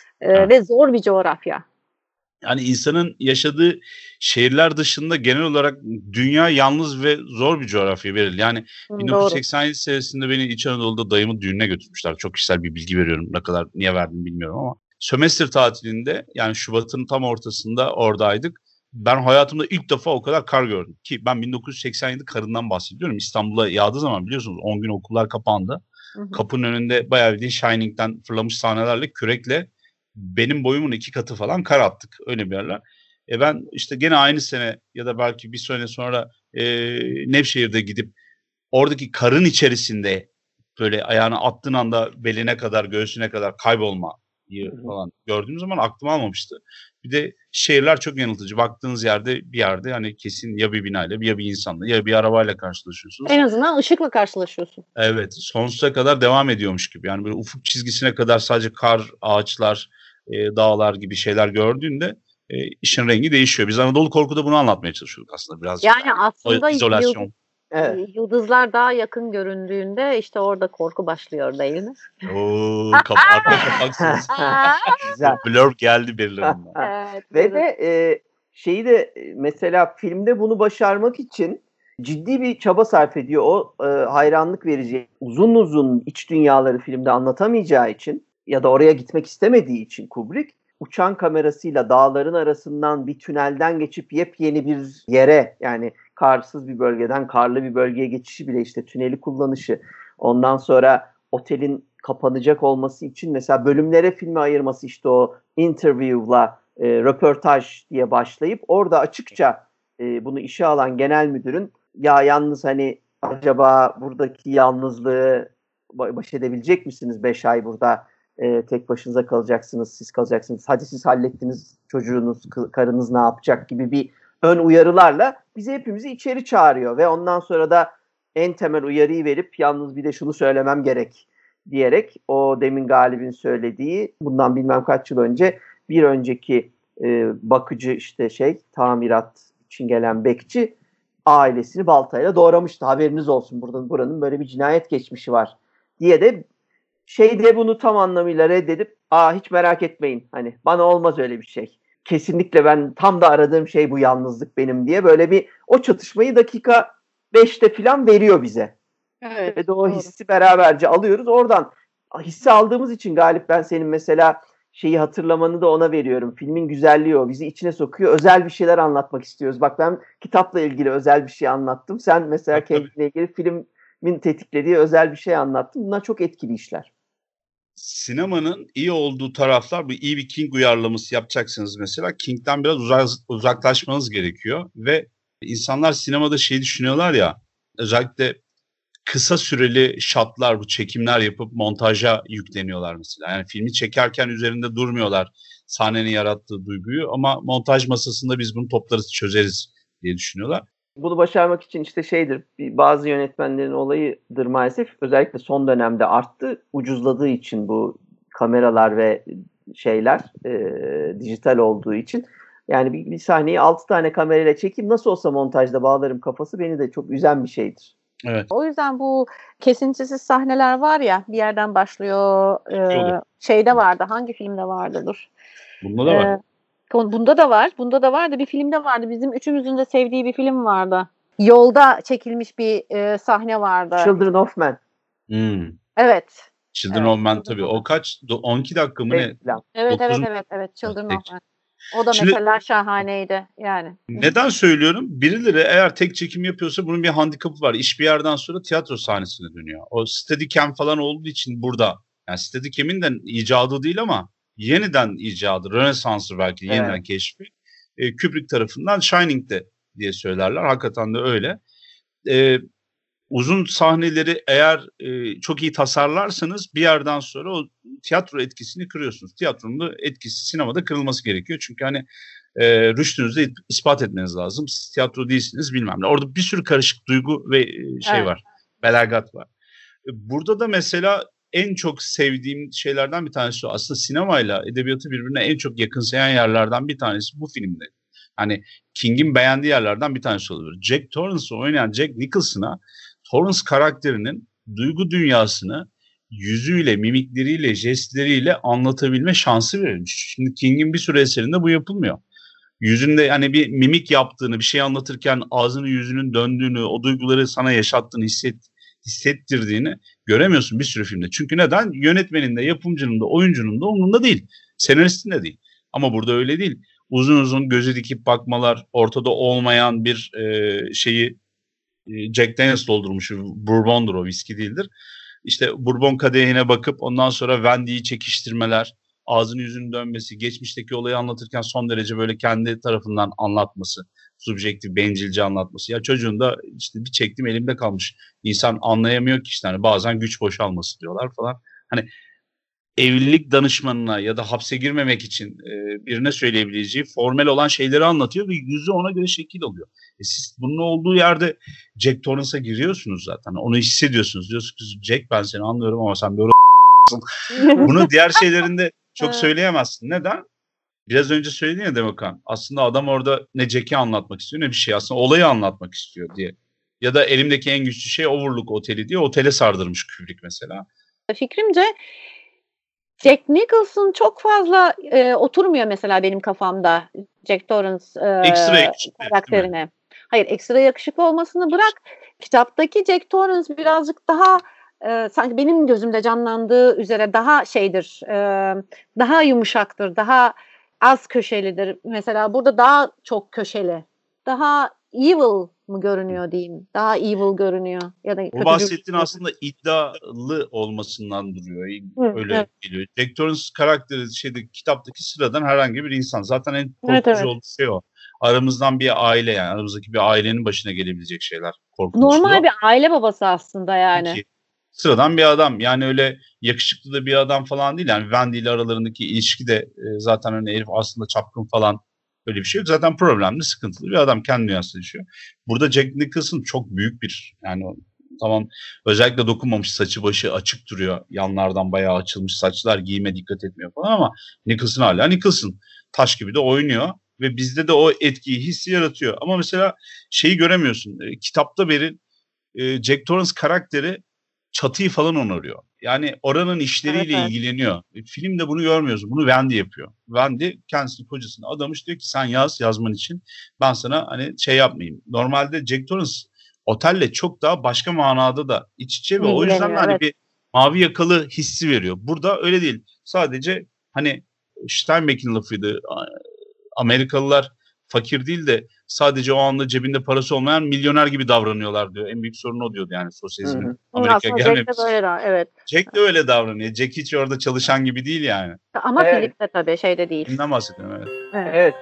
ve zor bir coğrafya. Yani insanın yaşadığı şehirler dışında genel olarak dünya yalnız ve zor bir coğrafya Beril. Yani 1987 senesinde beni İç Anadolu'da dayımın düğününe götürmüşler. Çok kişisel bir bilgi veriyorum. Ne kadar, niye verdim bilmiyorum ama. Sömestr tatilinde, yani Şubat'ın tam ortasında oradaydık. Ben hayatımda ilk defa o kadar kar gördüm. Ki ben 1987 karından bahsediyorum. İstanbul'a yağdığı zaman biliyorsunuz 10 gün okullar kapandı. Kapının önünde bayağı bildiğin Shining'den fırlamış sahnelerle, kürekle benim boyumun 2 katı falan kar attık. Öyle bir yerler. Ben işte gene aynı sene ya da belki bir sene sonra Nevşehir'de gidip oradaki karın içerisinde böyle ayağını attığın anda beline kadar, göğsüne kadar kaybolma falan gördüğüm zaman aklım almamıştı. Bir de şehirler çok yanıltıcı. Baktığınız yerde, bir yerde hani kesin ya bir binayla ya bir insanla ya bir arabayla karşılaşıyorsunuz. En azından ışıkla karşılaşıyorsun. Evet, sonsuza kadar devam ediyormuş gibi. Yani böyle ufuk çizgisine kadar sadece kar, ağaçlar, dağlar gibi şeyler gördüğünde işin rengi değişiyor. Biz Anadolu Korku'da bunu anlatmaya çalışıyorduk aslında birazcık. Yani aslında izolasyon. Yıldızlar daha yakın göründüğünde işte orada korku başlıyor değil mi? Ooo, arka kapaksınız. Güzel. Blurb geldi birilerinden. Evet, ve de şeyi de mesela filmde bunu başarmak için ciddi bir çaba sarf ediyor. O hayranlık verici, uzun uzun iç dünyaları filmde anlatamayacağı için ya da oraya gitmek istemediği için Kubrick, uçan kamerasıyla dağların arasından bir tünelden geçip yepyeni bir yere, yani karsız bir bölgeden karlı bir bölgeye geçişi bile, işte tüneli kullanışı, ondan sonra otelin kapanacak olması için mesela bölümlere filmi ayırması, işte o interview'la röportaj diye başlayıp orada açıkça bunu işe alan genel müdürün, ya yalnız hani acaba buradaki yalnızlığı baş edebilecek misiniz, 5 ay burada tek başınıza kalacaksınız, siz kalacaksınız, hadi siz hallettiniz, çocuğunuz, karınız ne yapacak gibi bir ön uyarılarla bizi, hepimizi içeri çağırıyor ve ondan sonra da en temel uyarıyı verip, yalnız bir de şunu söylemem gerek diyerek, o demin Galip'in söylediği, bundan bilmem kaç yıl önce bir önceki bakıcı, işte tamirat için gelen bekçi ailesini baltayla doğramıştı. Haberiniz olsun, buranın böyle bir cinayet geçmişi var diye de de bunu tam anlamıyla reddedip, hiç merak etmeyin, hani bana olmaz öyle bir şey. Kesinlikle ben tam da aradığım şey bu yalnızlık benim diye, böyle bir o çatışmayı dakika 5'te falan veriyor bize. Evet, ve de o hissi beraberce alıyoruz. Oradan hissi aldığımız için Galip, ben senin mesela şeyi hatırlamanı da ona veriyorum. Filmin güzelliği o. Bizi içine sokuyor. Özel bir şeyler anlatmak istiyoruz. Bak, ben kitapla ilgili özel bir şey anlattım. Sen mesela kendine ilgili filmin tetiklediği özel bir şey anlattın. Bunlar çok etkili işler. Sinemanın iyi olduğu taraflar, bu iyi bir King uyarlaması yapacaksınız mesela. King'den biraz uzaklaşmanız gerekiyor ve insanlar sinemada düşünüyorlar ya, özellikle kısa süreli shotlar, bu çekimler yapıp montaja yükleniyorlar mesela. Yani filmi çekerken üzerinde durmuyorlar sahnenin yarattığı duyguyu, ama montaj masasında biz bunu toplarız, çözeriz diye düşünüyorlar. Bunu başarmak için bazı yönetmenlerin olayıdır maalesef, özellikle son dönemde arttı. Ucuzladığı için bu kameralar ve dijital olduğu için. Yani bir sahneyi 6 tane kamerayla çekeyim, nasıl olsa montajda bağlarım kafası beni de çok üzen bir şeydir. Evet. O yüzden bu kesintisiz sahneler var ya, bir yerden başlıyor. Şeyde vardı, hangi filmde vardı? Dur. Bunda da var. Bunda da var. Bunda da vardı. Bir filmde vardı. Bizim üçümüzün de sevdiği bir film vardı. Yolda çekilmiş bir sahne vardı. Children of Men. Evet. Children of Men tabii. O kaç? 12 dakika mı ne? Evet. Children of Men. O da Şimdi mesela şahaneydi yani. neden söylüyorum? Birileri eğer tek çekim yapıyorsa bunun bir handikapı var. İş bir yerden sonra tiyatro sahnesine dönüyor. O Steadicam falan olduğu için burada. Yani Steadicam'in de icadı değil ama yeniden icadı, Rönesans'ı belki yeniden Evet. keşfi. Kubrick tarafından Shining'de diye söylerler. Hakikaten de öyle. E, Uzun sahneleri eğer çok iyi tasarlarsanız bir yerden sonra o tiyatro etkisini kırıyorsunuz. Tiyatronun da etkisi sinemada kırılması gerekiyor. Çünkü hani rüştünüzü ispat etmeniz lazım. Siz tiyatro değilsiniz bilmem ne. Orada bir sürü karışık duygu ve şey Evet. var. Belagat var. Burada da mesela en çok sevdiğim şeylerden bir tanesi o. Aslında sinemayla edebiyatı birbirine en çok yakınsayan yerlerden bir tanesi bu filmde. Hani King'in beğendiği yerlerden bir tanesi olabilir. Jack Torrance'ı oynayan Jack Nicholson'a Torrance karakterinin duygu dünyasını yüzüyle, mimikleriyle, jestleriyle anlatabilme şansı verilmiş. Şimdi King'in bir sürü eserinde bu yapılmıyor. Yüzünde hani bir mimik yaptığını, bir şey anlatırken ağzını yüzünün döndüğünü, o duyguları sana yaşattığını, hissettirdiğini göremiyorsun bir sürü filmde. Çünkü neden? Yönetmenin de, yapımcının da, oyuncunun da umurunda değil. Senaristin de değil. Ama burada öyle değil. Uzun uzun gözü dikip bakmalar, ortada olmayan bir şeyi Jack Daniels doldurmuş. Bourbon'dur o, viski değildir. İşte Bourbon kadehine bakıp ondan sonra Wendy'yi çekiştirmeler, ağzını yüzünü dönmesi, geçmişteki olayı anlatırken son derece böyle kendi tarafından anlatması, subjektif, bencilce anlatması. Ya çocuğun da işte bir çektim elimde kalmış. İnsan anlayamıyor ki işte hani bazen güç boşalması diyorlar falan. Hani evlilik danışmanına ya da hapse girmemek için birine söyleyebileceği formel olan şeyleri anlatıyor ve yüzü ona göre şekil alıyor. Siz bunun olduğu yerde Jack Torrance'a giriyorsunuz zaten. Onu hissediyorsunuz. Diyorsunuz ki Jack ben seni anlıyorum ama sen böyle bunu diğer şeylerinde çok söyleyemezsin. Neden? Biraz önce söyledin ya Demokan. Aslında adam orada ne Jack'i anlatmak istiyor ne bir şey. Aslında olayı anlatmak istiyor diye. Ya da elimdeki en güçlü şey Overlook Oteli diye otele sardırmış Kubrick mesela. Fikrimce Jack Nicholson çok fazla oturmuyor mesela benim kafamda Jack Torrance Ekstra yakışıklı karakterine. Hayır, ekstra yakışıklı olmasını bırak. Kitaptaki Jack Torrance birazcık daha sanki benim gözümde canlandığı üzere daha şeydir, daha yumuşaktır, daha az köşelidir. Mesela burada daha çok köşeli, daha evil mı görünüyor diyeyim. Daha evil görünüyor. Ya da O bahsettiğin aslında iddialı olmasından duruyor. Öyle evet. geliyor. Jack Torrance karakteri kitaptaki sıradan herhangi bir insan. Zaten en korkutucu Evet, evet. olduğu şey o. Aramızdan bir aile yani. Aramızdaki bir ailenin başına gelebilecek şeyler korkunçluğu. Normal bir aile babası aslında yani. Peki, sıradan bir adam. Yani öyle yakışıklı da bir adam falan değil. Yani Wendy ile aralarındaki ilişki de zaten hani herif aslında çapkın falan öyle bir şey yok. Zaten problemli, sıkıntılı bir adam. Kendi dünyasında yaşıyor. Burada Jack Nicholson çok büyük bir yani tamam özellikle dokunmamış, saçı başı açık duruyor. Yanlardan bayağı açılmış saçlar, giyime dikkat etmiyor falan ama Nicholson hala Nicholson. Taş gibi de oynuyor ve bizde de o etkiyi, hissi yaratıyor. Ama mesela şeyi göremiyorsun. Kitapta beri Jack Torrance karakteri çatıyı falan onarıyor. Yani oranın işleriyle Evet. ilgileniyor. Filmde bunu görmüyoruz. Bunu Wendy yapıyor. Wendy kendisini kocasına adamış, diyor ki sen yazman için ben sana hani şey yapmayayım. Normalde Jack Torrance otelle çok daha başka manada da iç içe ve o yüzden de hani evet. bir mavi yakalı hissi veriyor. Burada öyle değil. Sadece hani Steinbeck'in lafıydı. Amerikalılar fakir değil de sadece o anda cebinde parası olmayan milyoner gibi davranıyorlar diyor. En büyük sorun o diyordu yani sosyalizmin Amerika'ya gelmemesi. Jack de böyle evet. Jack de öyle davranıyor. Jack hiç orada çalışan gibi değil yani. Ama Evet. Filip'te tabii şeyde değil. Filmden bahsediyorum evet. Evet.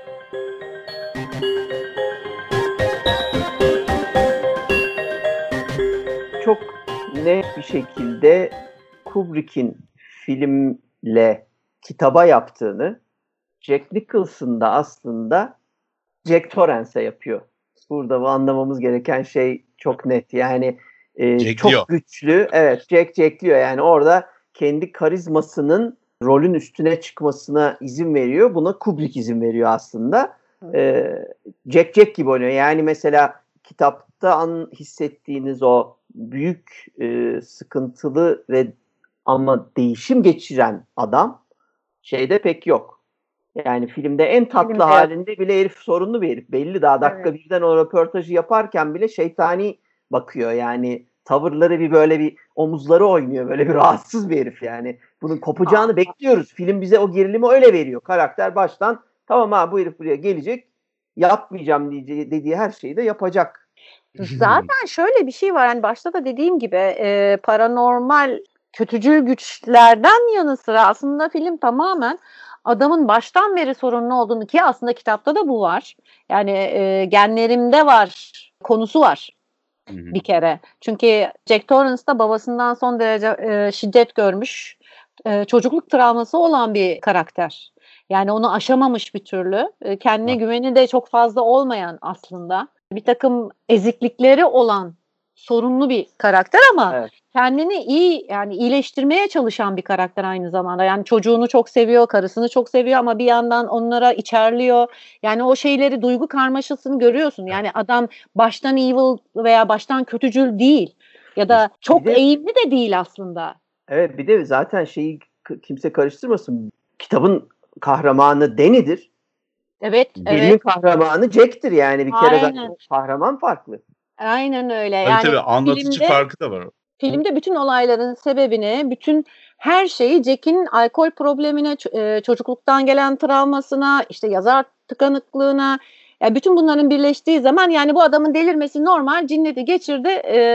Çok net bir şekilde Kubrick'in filmle kitaba yaptığını Jack Nicholson da aslında Jack Torrance'e yapıyor. Burada bu anlamamız gereken şey çok net. Yani çok güçlü. Evet, Jack'liyor. Yani orada kendi karizmasının rolün üstüne çıkmasına izin veriyor. Buna Kubrick izin veriyor aslında. Jack gibi oynuyor. Yani mesela kitapta hissettiğiniz o büyük, sıkıntılı ve ama değişim geçiren adam şeyde pek yok. Yani filmde en tatlı halinde bile herif sorunlu bir herif. Belli daha dakika birden o röportajı yaparken bile şeytani bakıyor. Yani tavırları bir böyle bir omuzları oynuyor. Böyle bir rahatsız bir herif yani. Bunun kopacağını bekliyoruz. Film bize o gerilimi öyle veriyor. Karakter baştan Tamam ha, bu herif buraya gelecek, yapmayacağım dediği her şeyi de yapacak. Zaten şöyle bir şey var, hani başta da dediğim gibi paranormal kötücül güçlerden yanı sıra aslında film tamamen adamın baştan beri sorunlu olduğunu, ki aslında kitapta da bu var. Yani genlerimde var konusu var bir kere. Çünkü Jack Torrance da babasından son derece şiddet görmüş, çocukluk travması olan bir karakter. Yani onu aşamamış bir türlü. Kendine güveni de çok fazla olmayan aslında. Bir takım eziklikleri olan sorunlu bir karakter ama kendini iyi, yani iyileştirmeye çalışan bir karakter aynı zamanda. Yani çocuğunu çok seviyor, karısını çok seviyor ama bir yandan onlara içerliyor. Yani o şeyleri, duygu karmaşasını görüyorsun. Yani adam baştan evil veya baştan kötücül değil. Ya da çok eğimli de değil aslında. Evet, bir de zaten şeyi kimse karıştırmasın. Kitabın kahramanı Danny'dir. Evet. Filmin kahramanı Jack'tir yani, bir kere zaten kahraman farklı. Aynen öyle. Yani tabii anlatıcı farkı da var. Filmde bütün olayların sebebini, bütün her şeyi Jack'in alkol problemine, çocukluktan gelen travmasına, işte yazar tıkanıklığına, yani bütün bunların birleştiği zaman yani bu adamın delirmesi normal, cinneti geçirdi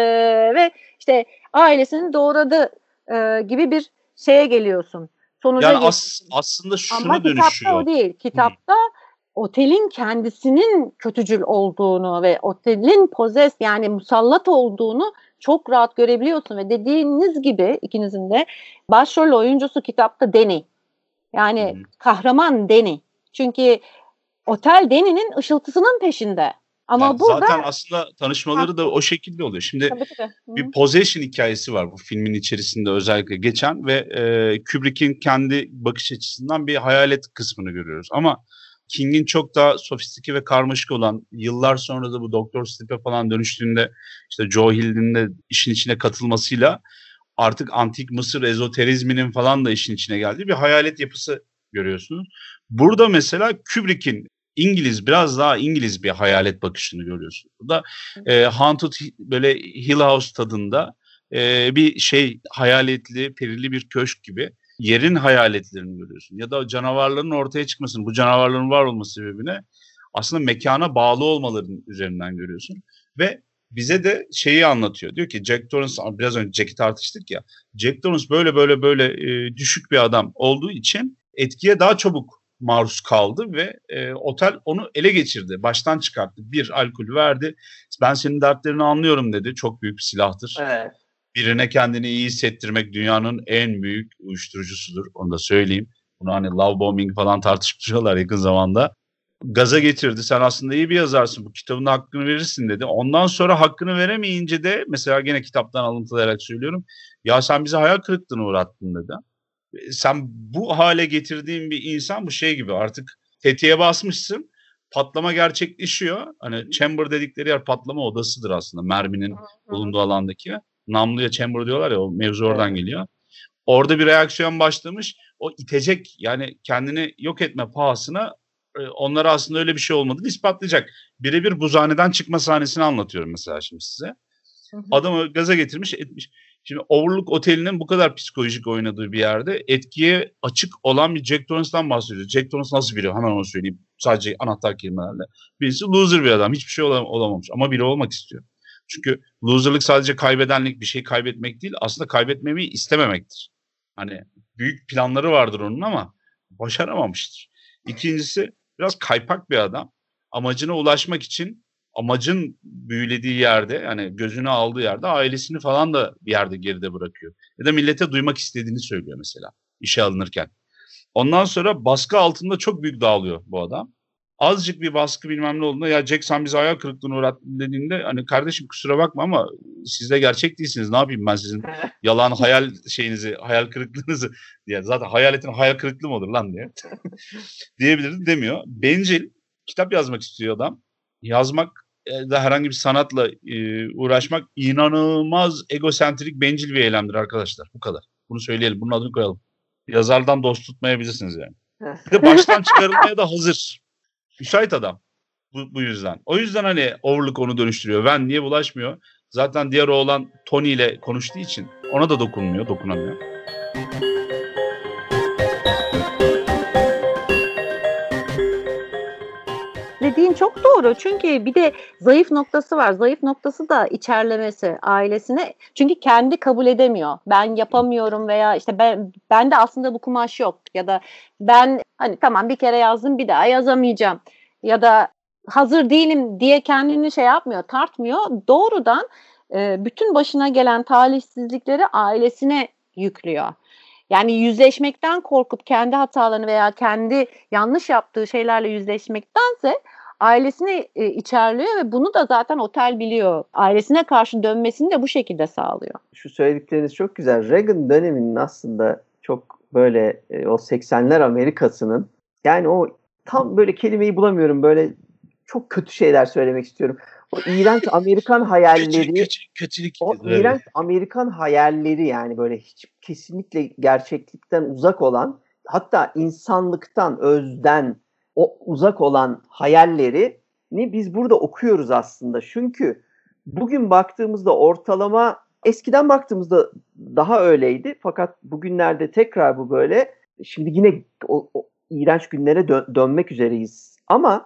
ve işte ailesini doğradı gibi bir şeye geliyorsun. Sonuca yani aslında şuna ama dönüşüyor. Kitapta o değil. Kitapta otelin kendisinin kötücül olduğunu ve otelin yani musallat olduğunu çok rahat görebiliyorsun ve dediğiniz gibi ikinizin de başrol oyuncusu kitapta Danny. Yani kahraman Danny. Çünkü otel Danny'nin ışıltısının peşinde. Ama yani burada zaten aslında tanışmaları da o şekilde oluyor. Şimdi bir possession hikayesi var bu filmin içerisinde özellikle geçen ve Kubrick'in kendi bakış açısından bir hayalet kısmını görüyoruz. Ama King'in çok daha sofistike ve karmaşık olan, yıllar sonra da bu Doktor Sleep'e falan dönüştüğünde işte Joe Hill'in de işin içine katılmasıyla artık antik Mısır ezoterizminin falan da işin içine geldiği bir hayalet yapısı görüyorsunuz. Burada mesela Kubrick'in biraz daha İngiliz bir hayalet bakışını görüyorsun. Burada Haunted, böyle Hill House tadında bir şey, hayaletli, perili bir köşk gibi yerin hayaletlerini görüyorsun. Ya da canavarların ortaya çıkmasını, bu canavarların var olması sebebine aslında mekana bağlı olmalarının üzerinden görüyorsun. Ve bize de şeyi anlatıyor. Diyor ki Jack Torrance, biraz önce Jack'i tartıştık ya. Jack Torrance böyle düşük bir adam olduğu için etkiye daha çabuk maruz kaldı ve otel onu ele geçirdi. Baştan çıkarttı. Bir, alkolü verdi. Ben senin dertlerini anlıyorum dedi. Çok büyük bir silahtır. Evet. Birine kendini iyi hissettirmek dünyanın en büyük uyuşturucusudur. Onu da söyleyeyim. Bunu hani love bombing falan tartışmışlar yakın zamanda. Gaza getirdi. Sen aslında iyi bir yazarsın. Bu kitabın hakkını verirsin dedi. Ondan sonra hakkını veremeyince de mesela gene kitaptan alıntılayarak söylüyorum. Ya sen bizi hayal kırıklığına uğrattın dedi. Sen bu hale getirdiğin bir insan, bu şey gibi, artık tetiğe basmışsın. Patlama gerçekleşiyor. Hani chamber dedikleri yer patlama odasıdır aslında. Merminin bulunduğu alandaki. Namluya chamber diyorlar ya, o mevzu oradan geliyor. Orada bir reaksiyon başlamış. O itecek, yani kendini yok etme pahasına onlara aslında öyle bir şey olmadığını ispatlayacak. Birebir buzhaneden çıkma sahnesini anlatıyorum mesela şimdi size. Adamı gaza getirmiş, etmiş. Şimdi Overlook Oteli'nin bu kadar psikolojik oynadığı bir yerde etkiye açık olan bir Jack Torrance'dan bahsediyoruz. Jack Torrance nasıl biri? Hemen onu söyleyeyim. Sadece anahtar kelimelerle. Birisi loser bir adam. Hiçbir şey olamamış. Ama biri olmak istiyor. Çünkü loserlık sadece kaybedenlik, bir şey kaybetmek değil. Aslında kaybetmemeyi istememektir. Hani büyük planları vardır onun ama başaramamıştır. İkincisi biraz kaypak bir adam. Amacına ulaşmak için amacın büyülediği yerde, yani gözünü aldığı yerde ailesini falan da bir yerde geride bırakıyor. Ya da millete duymak istediğini söylüyor mesela işe alınırken. Ondan sonra baskı altında çok büyük dağılıyor bu adam. Azıcık bir baskı bilmem ne olduğunda, ya Jack sen bizi hayal kırıklığına uğrattın dediğinde, hani kardeşim kusura bakma ama siz de gerçek değilsiniz. Ne yapayım ben sizin yalan hayal şeyinizi, hayal kırıklığınızı diye. Zaten hayaletin hayal kırıklığı mı olur lan diye. Diyebiliriz, demiyor. Bencil, kitap yazmak istiyor adam. Yazmak da herhangi bir sanatla uğraşmak inanılmaz egosentrik, bencil bir eylemdir arkadaşlar. Bu kadar. Bunu söyleyelim. Bunun adını koyalım. Yazardan dost tutmayabilirsiniz yani. Bir de baştan çıkarılmaya da hazır. Müsait adam. Bu yüzden. O yüzden hani Overlook onu dönüştürüyor. Van niye bulaşmıyor? Zaten diğer oğlan Tony ile konuştuğu için ona da dokunamıyor. dediğin çok doğru. Çünkü bir de zayıf noktası var. Zayıf noktası da içerlemesi ailesine. Çünkü kendi kabul edemiyor. Ben yapamıyorum veya işte ben de aslında bu kumaş yok ya da ben hani tamam bir kere yazdım bir daha yazamayacağım ya da hazır değilim diye kendini şey yapmıyor, tartmıyor. Doğrudan bütün başına gelen talihsizlikleri ailesine yüklüyor. Yani yüzleşmekten korkup kendi hatalarını veya kendi yanlış yaptığı şeylerle yüzleşmektense ailesini içerliyor ve bunu da zaten otel biliyor. Ailesine karşı dönmesini de bu şekilde sağlıyor. Şu söyledikleriniz çok güzel. Reagan döneminin aslında çok böyle o 80'ler Amerika'sının, yani o tam böyle kelimeyi bulamıyorum, böyle çok kötü şeyler söylemek istiyorum. O iğrenç Amerikan hayalleri, kötülük. o iğrenç Amerikan hayalleri, yani böyle hiç kesinlikle gerçeklikten uzak olan, hatta insanlıktan, özden o uzak olan hayallerini biz burada okuyoruz aslında. Çünkü bugün baktığımızda ortalama, eskiden baktığımızda daha öyleydi fakat bugünlerde tekrar bu böyle. Şimdi yine o iğrenç günlere dönmek üzereyiz. Ama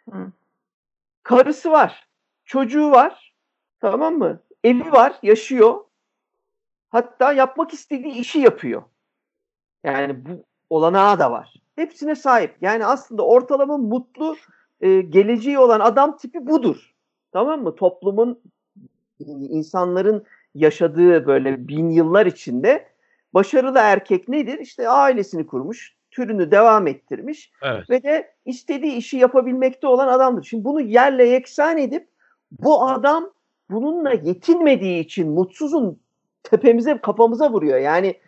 karısı var, çocuğu var, tamam mı? Evi var, yaşıyor. Hatta yapmak istediği işi yapıyor. Yani bu olanağı da var. Hepsine sahip. Yani aslında ortalama mutlu geleceği olan adam tipi budur. Tamam mı? Toplumun, insanların yaşadığı böyle bin yıllar içinde başarılı erkek nedir? İşte ailesini kurmuş, türünü devam ettirmiş ve de istediği işi yapabilmekte olan adamdır. Şimdi bunu yerle yeksan edip bu adam bununla yetinmediği için mutsuzun tepemize, kafamıza vuruyor. Yani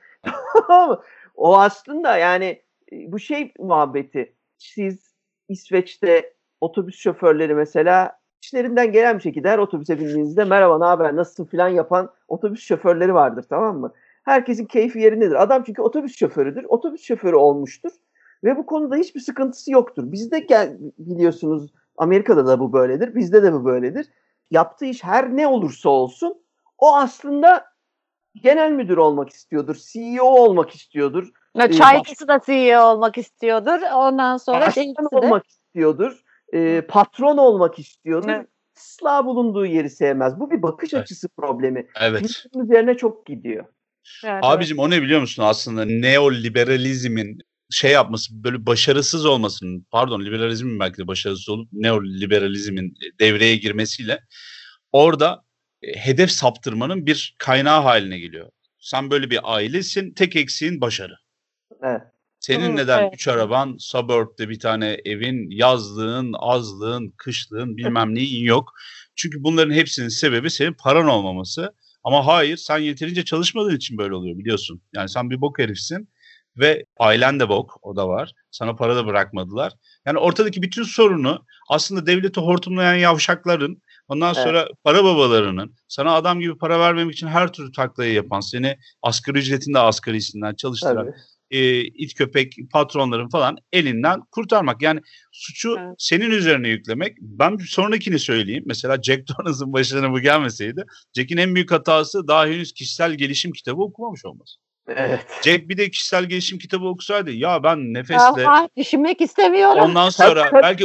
o aslında yani bu şey muhabbeti. Siz İsveç'te otobüs şoförleri mesela işlerinden gelen bir şekilde her otobüse bindiğinizde merhaba, ne haber, nasılsın filan yapan otobüs şoförleri vardır, tamam mı? Herkesin keyfi yerindedir. Adam çünkü otobüs şoförüdür. Otobüs şoförü olmuştur. Ve bu konuda hiçbir sıkıntısı yoktur. Bizde biliyorsunuz Amerika'da da bu böyledir. Bizde de bu böyledir. Yaptığı iş her ne olursa olsun o aslında genel müdür olmak istiyordur. CEO olmak istiyordur. Çaycısı da CEO olmak istiyordur. Ondan sonra başkan olmak istiyordur. Patron olmak istiyordur. Evet. Asla bulunduğu yeri sevmez. Bu bir bakış açısı problemi. Evet. Bizim üzerine çok gidiyor. Evet, Abicim o ne biliyor musun aslında? Neoliberalizmin şey yapması, böyle başarısız olmasının, pardon liberalizmin belki de başarısız olup neoliberalizmin devreye girmesiyle orada hedef saptırmanın bir kaynağı haline geliyor. Sen böyle bir ailesin, tek eksiğin başarı. Evet. Senin neden 3 araban, suburb'de bir tane evin, yazlığın, azlığın, kışlığın bilmem neyin yok. Çünkü bunların hepsinin sebebi senin paran olmaması. Ama hayır, sen yeterince çalışmadığın için böyle oluyor biliyorsun. Yani sen bir bok herifsin ve ailen de bok, o da var. Sana para da bırakmadılar. Yani ortadaki bütün sorunu aslında devleti hortumlayan yavşakların, ondan sonra para babalarının, sana adam gibi para vermemek için her türlü taklayı yapan, seni asgari ücretin de asgarisinden çalıştıran it köpek patronların falan elinden kurtarmak. Yani suçu senin üzerine yüklemek. Ben bir sonrakini söyleyeyim. Mesela Jack Torrance'ın başına bu gelmeseydi, Jack'in en büyük hatası daha henüz kişisel gelişim kitabı okumamış olması. Evet. Jack bir de kişisel gelişim kitabı okusaydı, ya ben nefesle düşünmek istemiyorum. Ondan sonra belki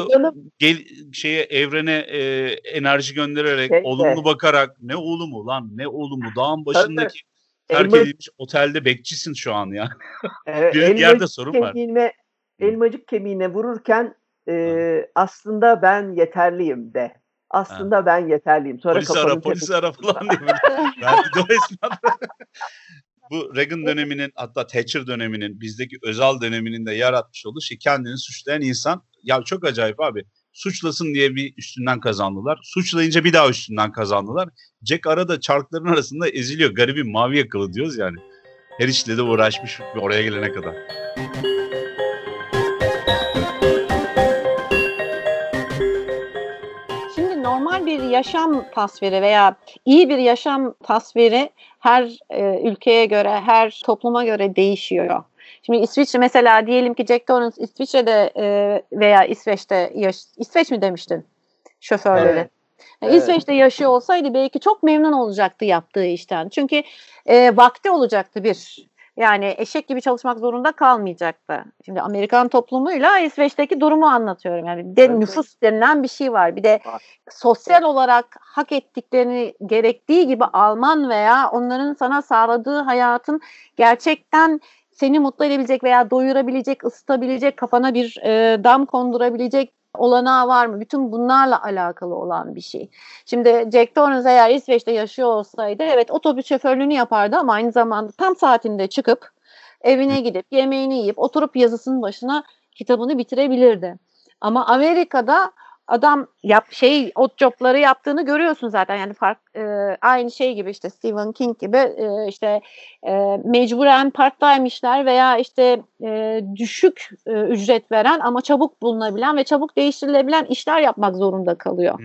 evrene enerji göndererek, olumlu bakarak, ne olumu lan, ne olumu, dağın başındaki terk edilmiş otelde bekçisin şu an ya. Bir yerde sorun var. Elmacık kemiğine vururken aslında ben yeterliyim de. Aslında ben yeterliyim. Sonra polisi ara falan diye böyle. Belki de o esnada. Bu Reagan döneminin, hatta Thatcher döneminin, bizdeki Özal döneminin de yaratmış olduğu şey, kendini suçlayan insan. Ya çok acayip abi. Suçlasın diye bir üstünden kazandılar. Suçlayınca bir daha üstünden kazandılar. Jack arada çarkların arasında eziliyor. Garibim mavi yakalı diyoruz yani. Her işle de uğraşmış oraya gelene kadar. Şimdi normal bir yaşam tasviri veya iyi bir yaşam tasviri her ülkeye göre, her topluma göre değişiyor. Şimdi İsviçre mesela, diyelim ki Jack Torrance İsviçre'de veya İsveç'te, İsveç mi demiştin şoförleri? Evet. Yani İsveç'te yaşıyor olsaydı belki çok memnun olacaktı yaptığı işten. Çünkü vakti olacaktı bir. Yani eşek gibi çalışmak zorunda kalmayacaktı. Şimdi Amerikan toplumuyla İsveç'teki durumu anlatıyorum. Yani bir de Evet, nüfus denilen bir şey var. Bir de var. sosyal olarak hak ettiklerini gerektiği gibi alman veya onların sana sağladığı hayatın gerçekten seni mutlu edebilecek veya doyurabilecek, ısıtabilecek, kafana bir dam kondurabilecek olanağı var mı? Bütün bunlarla alakalı olan bir şey. Şimdi Jack Torrance eğer İsveç'te yaşıyor olsaydı evet otobüs şoförlüğünü yapardı ama aynı zamanda tam saatinde çıkıp evine gidip yemeğini yiyip oturup yazısının başına kitabını bitirebilirdi. Ama Amerika'da adam odd job'ları yaptığını görüyorsun zaten. Yani aynı şey gibi işte Stephen King gibi mecburen part-time işler veya düşük ücret veren ama çabuk bulunabilen ve çabuk değiştirilebilen işler yapmak zorunda kalıyor.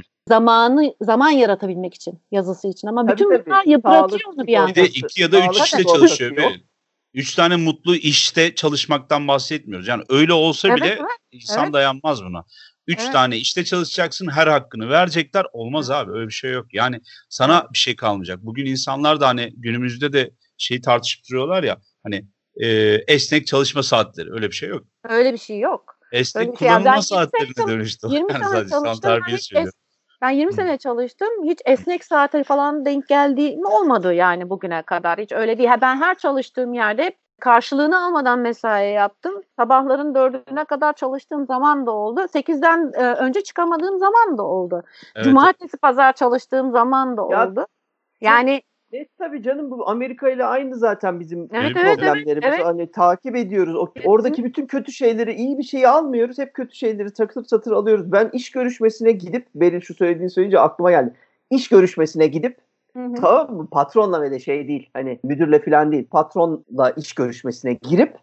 Zaman yaratabilmek için, yazısı için. Ama bütün bunlar yıpratıyor onu bir yandan. Bir de 2 ya da 3 işte çalışıyor. 3 tane mutlu işte çalışmaktan bahsetmiyoruz. Yani öyle olsa bile insan dayanmaz buna. 3 tane işte çalışacaksın, her hakkını verecekler. Olmaz abi, öyle bir şey yok. Yani sana bir şey kalmayacak. Bugün insanlar da hani günümüzde de tartışıp duruyorlar ya, hani esnek çalışma saatleri, öyle bir şey yok. Öyle bir şey yok. Esnek kullanılma saatlerine dönüştü. 20 yani sene çalıştım. Ben 20 sene çalıştım. Hiç esnek saate falan denk geldiğim olmadı yani bugüne kadar. Hiç öyle değil. Ben her çalıştığım yerde karşılığını almadan mesai yaptım. Sabahların 4'üne kadar çalıştığım zaman da oldu. 8'den önce çıkamadığım zaman da oldu. Evet. Cumartesi, pazar çalıştığım zaman da oldu. Yani tabii canım, bu Amerika ile aynı zaten bizim problemlerimiz. Evet. Hani takip ediyoruz. Oradaki bütün kötü şeyleri, iyi bir şeyi almıyoruz. Hep kötü şeyleri takır satır alıyoruz. Ben iş görüşmesine gidip, Beril şu söylediğini söyleyince aklıma geldi. İş görüşmesine gidip, tamam mı? Patronla ve de değil. Hani müdürle falan değil. Patronla iş görüşmesine girip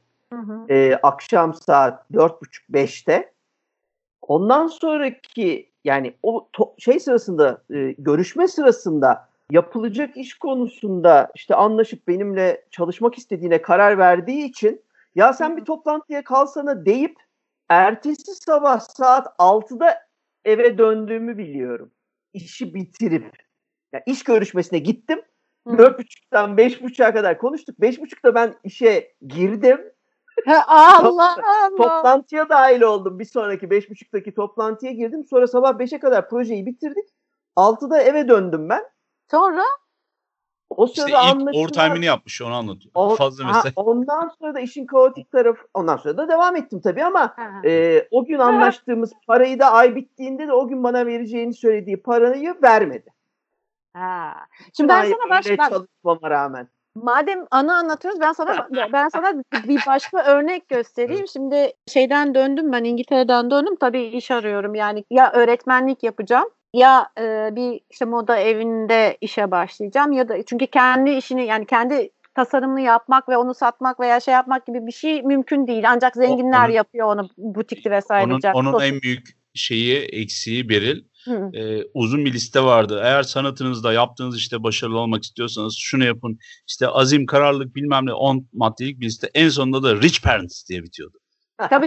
akşam saat 4.30-5'te ondan sonraki yani o sırasında görüşme sırasında yapılacak iş konusunda anlaşıp benimle çalışmak istediğine karar verdiği için ya sen bir toplantıya kalsana deyip ertesi sabah saat 6'da eve döndüğümü biliyorum. İşi bitirip. Yani iş görüşmesine gittim. 4.30'dan 5.30'a kadar konuştuk. 5.30'da ben işe girdim. Allah. Toplantıya dahil oldum. Bir sonraki 5.30'daki toplantıya girdim. Sonra sabah 5'e kadar projeyi bitirdik. 6'da eve döndüm ben. Sonra? O sırada ilk overtime'ini yapmış, onu anlatıyor. Fazla mesai. Ondan sonra da işin kaotik tarafı, ondan sonra da devam ettim tabii ama o gün anlaştığımız parayı da ay bittiğinde de o gün bana vereceğini söylediği parayı vermedi. Şimdi ben sana çalışmama rağmen. Madem anlatıyoruz, ben sana bir başka örnek göstereyim. Şimdi döndüm, ben İngiltere'den döndüm. Tabii iş arıyorum. Yani ya öğretmenlik yapacağım ya bir moda evinde işe başlayacağım ya da çünkü kendi işini, yani kendi tasarımını yapmak ve onu satmak veya yapmak gibi bir şey mümkün değil. Ancak zenginler yapıyor onu, butikli vesaire. Onun en büyük eksiği Beril. Uzun bir liste vardı. Eğer sanatınızda, yaptığınız işte başarılı olmak istiyorsanız şunu yapın. Azim, kararlılık, bilmem ne, 10 maddelik bir liste. En sonunda da Rich Parents diye bitiyordu. Tabii.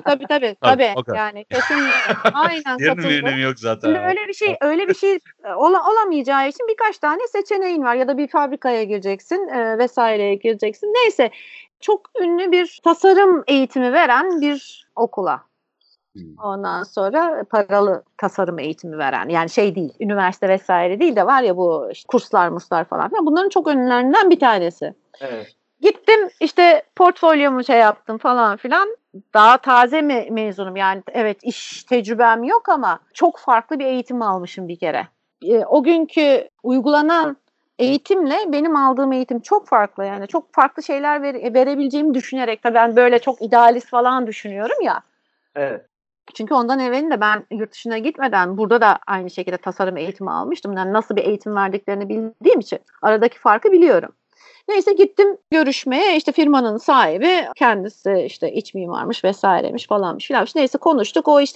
Yani kesinlikle. Aynen katılıyorum. Diğerinin önemi yok zaten. Şimdi öyle bir şey olamayacağı için birkaç tane seçeneğin var. Ya da bir fabrikaya gireceksin, vesaireye gireceksin. Neyse, çok ünlü bir tasarım eğitimi veren bir okula. Ondan sonra paralı tasarım eğitimi veren, yani değil, üniversite vesaire değil de var ya bu kurslar falan. Bunların çok ünlülerinden bir tanesi. Evet. Gittim portfolyomu yaptım falan filan. Daha taze mezunum, yani evet iş tecrübem yok ama çok farklı bir eğitim almışım bir kere. O günkü uygulanan eğitimle benim aldığım eğitim çok farklı, yani çok farklı şeyler verebileceğimi düşünerek, tabii ben böyle çok idealist falan düşünüyorum ya. Evet. Çünkü ondan evvelinde ben yurt dışına gitmeden burada da aynı şekilde tasarım eğitimi almıştım. Yani nasıl bir eğitim verdiklerini bildiğim için aradaki farkı biliyorum. Neyse gittim görüşmeye, firmanın sahibi kendisi iç mimarmış vesairemiş falanmış filanmış. Neyse konuştuk, o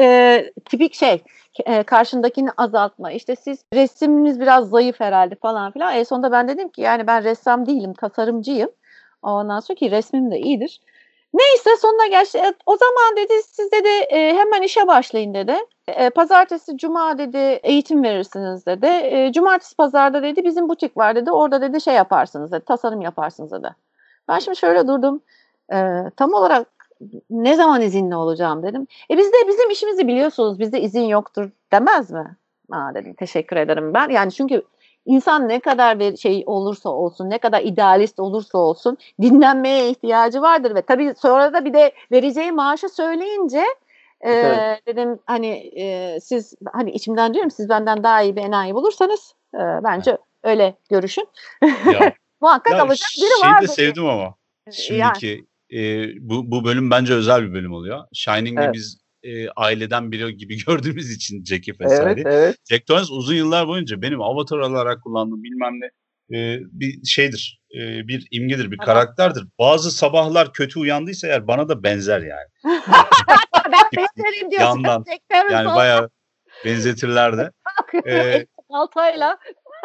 tipik karşındakini azaltma. Siz resiminiz biraz zayıf herhalde falan filan. En sonunda ben dedim ki yani ben ressam değilim, tasarımcıyım. Ondan sonra ki resmim de iyidir. Neyse sonuna geldi. O zaman dedi siz dedi hemen işe başlayın dedi. Pazartesi, cuma dedi eğitim verirsiniz dedi. Cumartesi, pazarda dedi bizim butik var dedi. Orada dedi yaparsınız dedi. Tasarım yaparsınız dedi. Ben şimdi şöyle durdum. Tam olarak ne zaman izinli olacağım dedim. Bizim işimizi biliyorsunuz. Bizde izin yoktur demez mi? Dedim teşekkür ederim ben. Yani çünkü insan ne kadar bir şey olursa olsun, ne kadar idealist olursa olsun dinlenmeye ihtiyacı vardır ve tabii sonra da bir de vereceği maaşı söyleyince Evet. dedim hani siz hani içimden diyorum siz benden daha iyi bir enayi bulursanız bence öyle görüşün. Ya, Muhakkak ya alacak biri şeyi de vardır. sevdim ama Yani şimdiki bu bölüm bence özel bir bölüm oluyor. Shining'i Evet. biz aileden biri gibi gördüğümüz için Jack'i Evet. vesaire. Evet. Jack Torrance uzun yıllar boyunca benim avatar olarak kullandığım bilmem ne bir şeydir. Bir imgedir, bir adam. karakterdir. Bazı sabahlar kötü uyandıysa eğer bana da benzer yani. Ben benzerim diyorsun. Yandan Jack Torrance yani bayağı benzetirler de. bakıyor E, baltayla.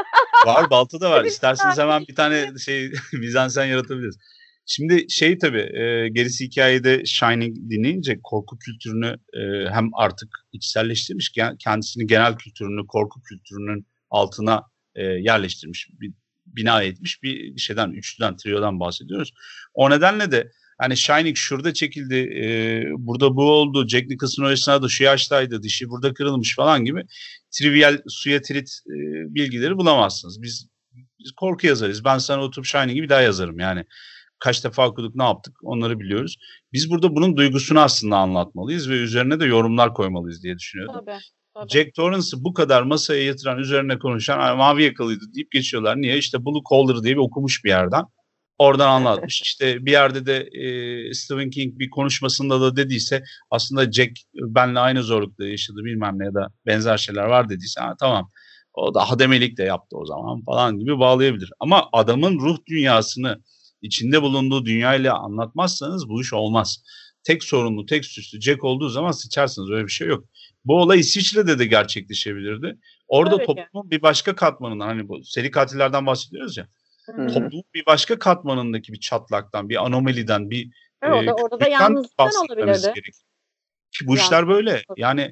Var, balta da var. Hepimiz İsterseniz hemen bir kardeşiz. tane şey mizansen yaratabiliriz. Şimdi şey tabii gerisi hikayede Shining dinleyince korku kültürünü hem artık içselleştirmiş, kendisini genel kültürünü, korku kültürünün altına yerleştirmiş, bir bina etmiş bir şeyden, üçlüden, triodan bahsediyoruz. O nedenle de hani Shining şurada çekildi, burada bu oldu, Jack Nicholson o esnada şu yaştaydı, dişi burada kırılmış falan gibi trivial suya tirit bilgileri bulamazsınız. Biz korku yazarız. Ben sana oturup Shining'i bir daha yazarım yani. Kaç defa okuduk, ne yaptık onları biliyoruz. Biz burada bunun duygusunu aslında anlatmalıyız ve üzerine de yorumlar koymalıyız diye düşünüyordum. Tabii. Jack Torrance'ı bu kadar masaya yatıran, üzerine konuşan mavi yakalıydı deyip geçiyorlar. Niye? İşte Blue Collar diye bir okumuş bir yerden. Oradan anlatmış. İşte bir yerde de Stephen King bir konuşmasında da dediyse aslında Jack benle aynı zorlukta yaşadı bilmem ne ya da benzer şeyler var dediyse tamam. O da hademelik de yaptı o zaman falan gibi bağlayabilir. Ama adamın ruh dünyasını içinde bulunduğu dünyayla anlatmazsanız bu iş olmaz. Tek sorumlu, tek suçlu Jack olduğu zaman sıçarsınız. Öyle bir şey yok. Bu olay İsviçre'de de gerçekleşebilirdi. Orada Tabii ki. toplumun bir başka katmanından hani bu seri katillerden bahsediyoruz ya. Hı-hı. Toplumun bir başka katmanındaki bir çatlaktan, bir anomaliden, bir Orada da kötülükten yalnızlıktan bahsetmemiz olabilirdi. gerekiyor. Ki bu işler böyle. Yani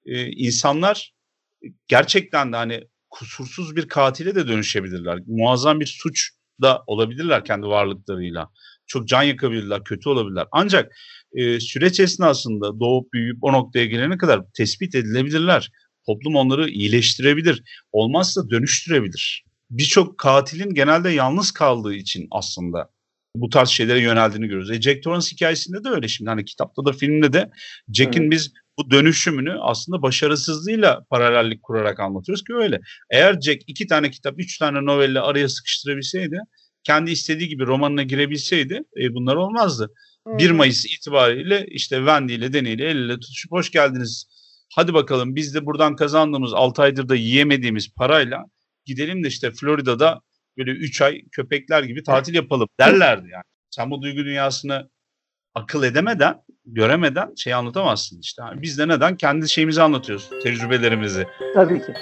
insanlar gerçekten de hani kusursuz bir katile de dönüşebilirler. Muazzam bir suç da olabilirler kendi varlıklarıyla. Çok can yakabilirler, kötü olabilirler. Ancak süreç esnasında doğup büyüyüp o noktaya gelene kadar tespit edilebilirler. Toplum onları iyileştirebilir. Olmazsa dönüştürebilir. Birçok katilin genelde yalnız kaldığı için aslında bu tarz şeylere yöneldiğini görüyoruz. Jack Torrance hikayesinde de öyle şimdi. Hani kitapta da filmde de Jack'in biz bu dönüşümünü aslında başarısızlığıyla paralellik kurarak anlatıyoruz ki öyle. Eğer Jack 2 tane kitap, 3 tane novelle araya sıkıştırabilseydi, kendi istediği gibi romanına girebilseydi bunlar olmazdı. 1 Mayıs itibariyle işte Wendy ile Danny ile el ele tutuşup hoş geldiniz. Hadi bakalım biz de buradan kazandığımız 6 aydır da yiyemediğimiz parayla gidelim de işte Florida'da böyle 3 ay köpekler gibi tatil yapalım derlerdi yani. Sen bu duygu dünyasını akıl edemeden, göremeden şey anlatamazsın işte. Biz de neden? Kendi şeyimizi anlatıyoruz, tecrübelerimizi. Tabii ki.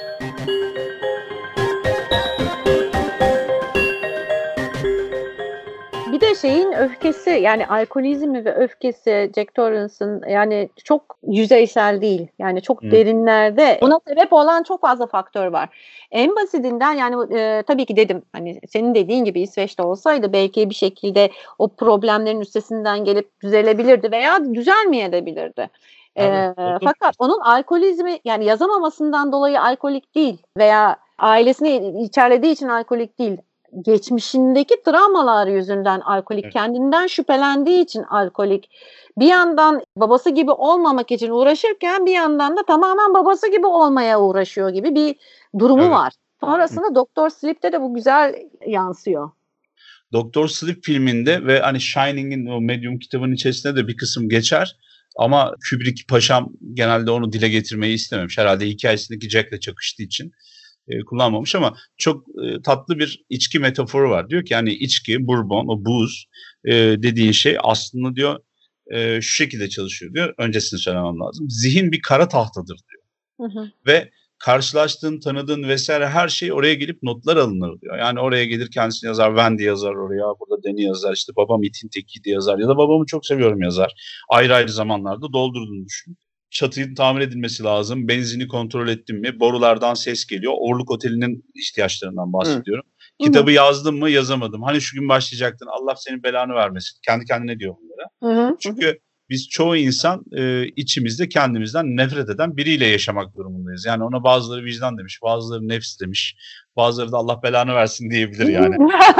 Bir de şeyin öfkesi yani alkolizmi ve öfkesi Jack Torrance'ın yani çok yüzeysel değil. Yani çok derinlerde. Buna sebep olan çok fazla faktör var. En basitinden yani tabii ki dedim hani senin dediğin gibi İsveç'te olsaydı belki bir şekilde o problemlerin üstesinden gelip düzelebilirdi veya düzelmeyebilirdi. Fakat onun alkolizmi yani yazamamasından dolayı alkolik değil veya ailesini içerlediği için alkolik değil. Geçmişindeki travmalar yüzünden alkolik, kendinden şüphelendiği için alkolik. Bir yandan babası gibi olmamak için uğraşırken bir yandan da tamamen babası gibi olmaya uğraşıyor gibi bir durumu var. Sonrasında Doktor Sleep'te de bu güzel yansıyor. Doktor Sleep filminde ve hani Shining'in o Medium kitabının içerisinde de bir kısım geçer. Ama Kubrick Paşam genelde onu dile getirmeyi istememiş. Herhalde hikayesindeki Jack'le çakıştığı için kullanmamış ama çok tatlı bir içki metaforu var. Diyor ki hani içki, bourbon, o booze dediğin şey aslında diyor şu şekilde çalışıyor diyor. Öncesini söylemem lazım. Zihin bir kara tahtadır diyor. Ve karşılaştığın, tanıdığın vesaire her şey oraya gelip notlar alınır diyor. Yani oraya gelir kendisini yazar, Wendy yazar oraya, burada Danny yazar, işte babam itin tekiydi yazar ya da babamı çok seviyorum yazar. Ayrı ayrı zamanlarda doldurduğunu düşün. Çatının tamir edilmesi lazım. Benzini kontrol ettim mi? Borulardan ses geliyor. Orluk Oteli'nin ihtiyaçlarından bahsediyorum. Kitabı yazdım mı yazamadım. Hani şu gün başlayacaktın. Allah senin belanı vermesin. Kendi kendine diyor bunlara. Çünkü biz çoğu insan içimizde kendimizden nefret eden biriyle yaşamak durumundayız. Yani ona bazıları vicdan demiş, bazıları nefs demiş, bazıları da Allah belanı versin diyebilir yani.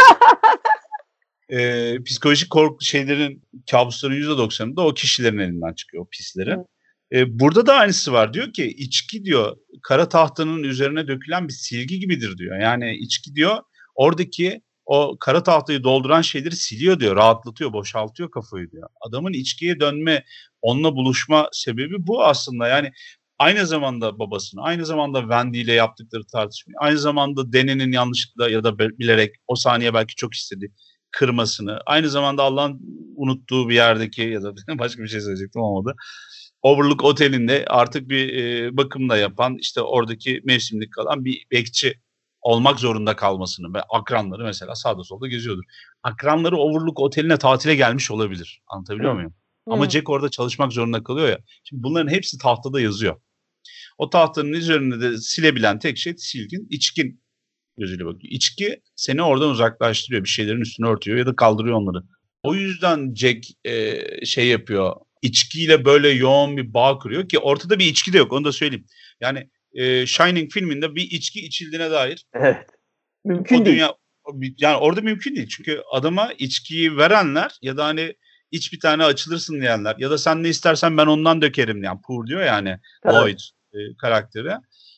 Psikolojik korku şeylerin, kabusların %90'ı da o kişilerin elinden çıkıyor, o pisleri. Burada da aynısı var. Diyor ki içki diyor kara tahtanın üzerine dökülen bir silgi gibidir diyor. Yani içki diyor oradaki o kara tahtayı dolduran şeyleri siliyor diyor. Rahatlatıyor, boşaltıyor kafayı diyor. Adamın içkiye dönme, onunla buluşma sebebi bu aslında. Yani aynı zamanda babasını, aynı zamanda Wendy ile yaptıkları tartışmayı, aynı zamanda Danny'nin yanlışlıkla ya da bilerek o saniye belki çok istedi kırmasını, aynı zamanda Allah'ın unuttuğu bir yerdeki ya da başka bir şey söyleyecektim olmadı. Overlook Oteli'nde artık bir bakım da yapan, işte oradaki mevsimlik kalan bir bekçi olmak zorunda kalmasını ve akranları mesela sağda solda geziyordur. Akranları Overlook Oteli'ne tatile gelmiş olabilir. Anlatabiliyor muyum? Ama Jack orada çalışmak zorunda kalıyor ya. Şimdi bunların hepsi tahtada yazıyor. O tahtanın üzerinde de silebilen tek şey silgin, içkin gözüyle bakıyor. İçki seni oradan uzaklaştırıyor. Bir şeylerin üstüne örtüyor ya da kaldırıyor onları. O yüzden Jack şey yapıyor. İçkiyle böyle yoğun bir bağ kuruyor ki ortada bir içki de yok. Onu da söyleyeyim. Yani Shining filminde bir içki içildiğine dair. Evet. Mümkün değil. Yani orada mümkün değil. Çünkü adama içkiyi verenler ya da hani iç bir tane açılırsın diyenler ya da sen ne istersen ben ondan dökerim yani Poor diyor yani Lloyd karakteri.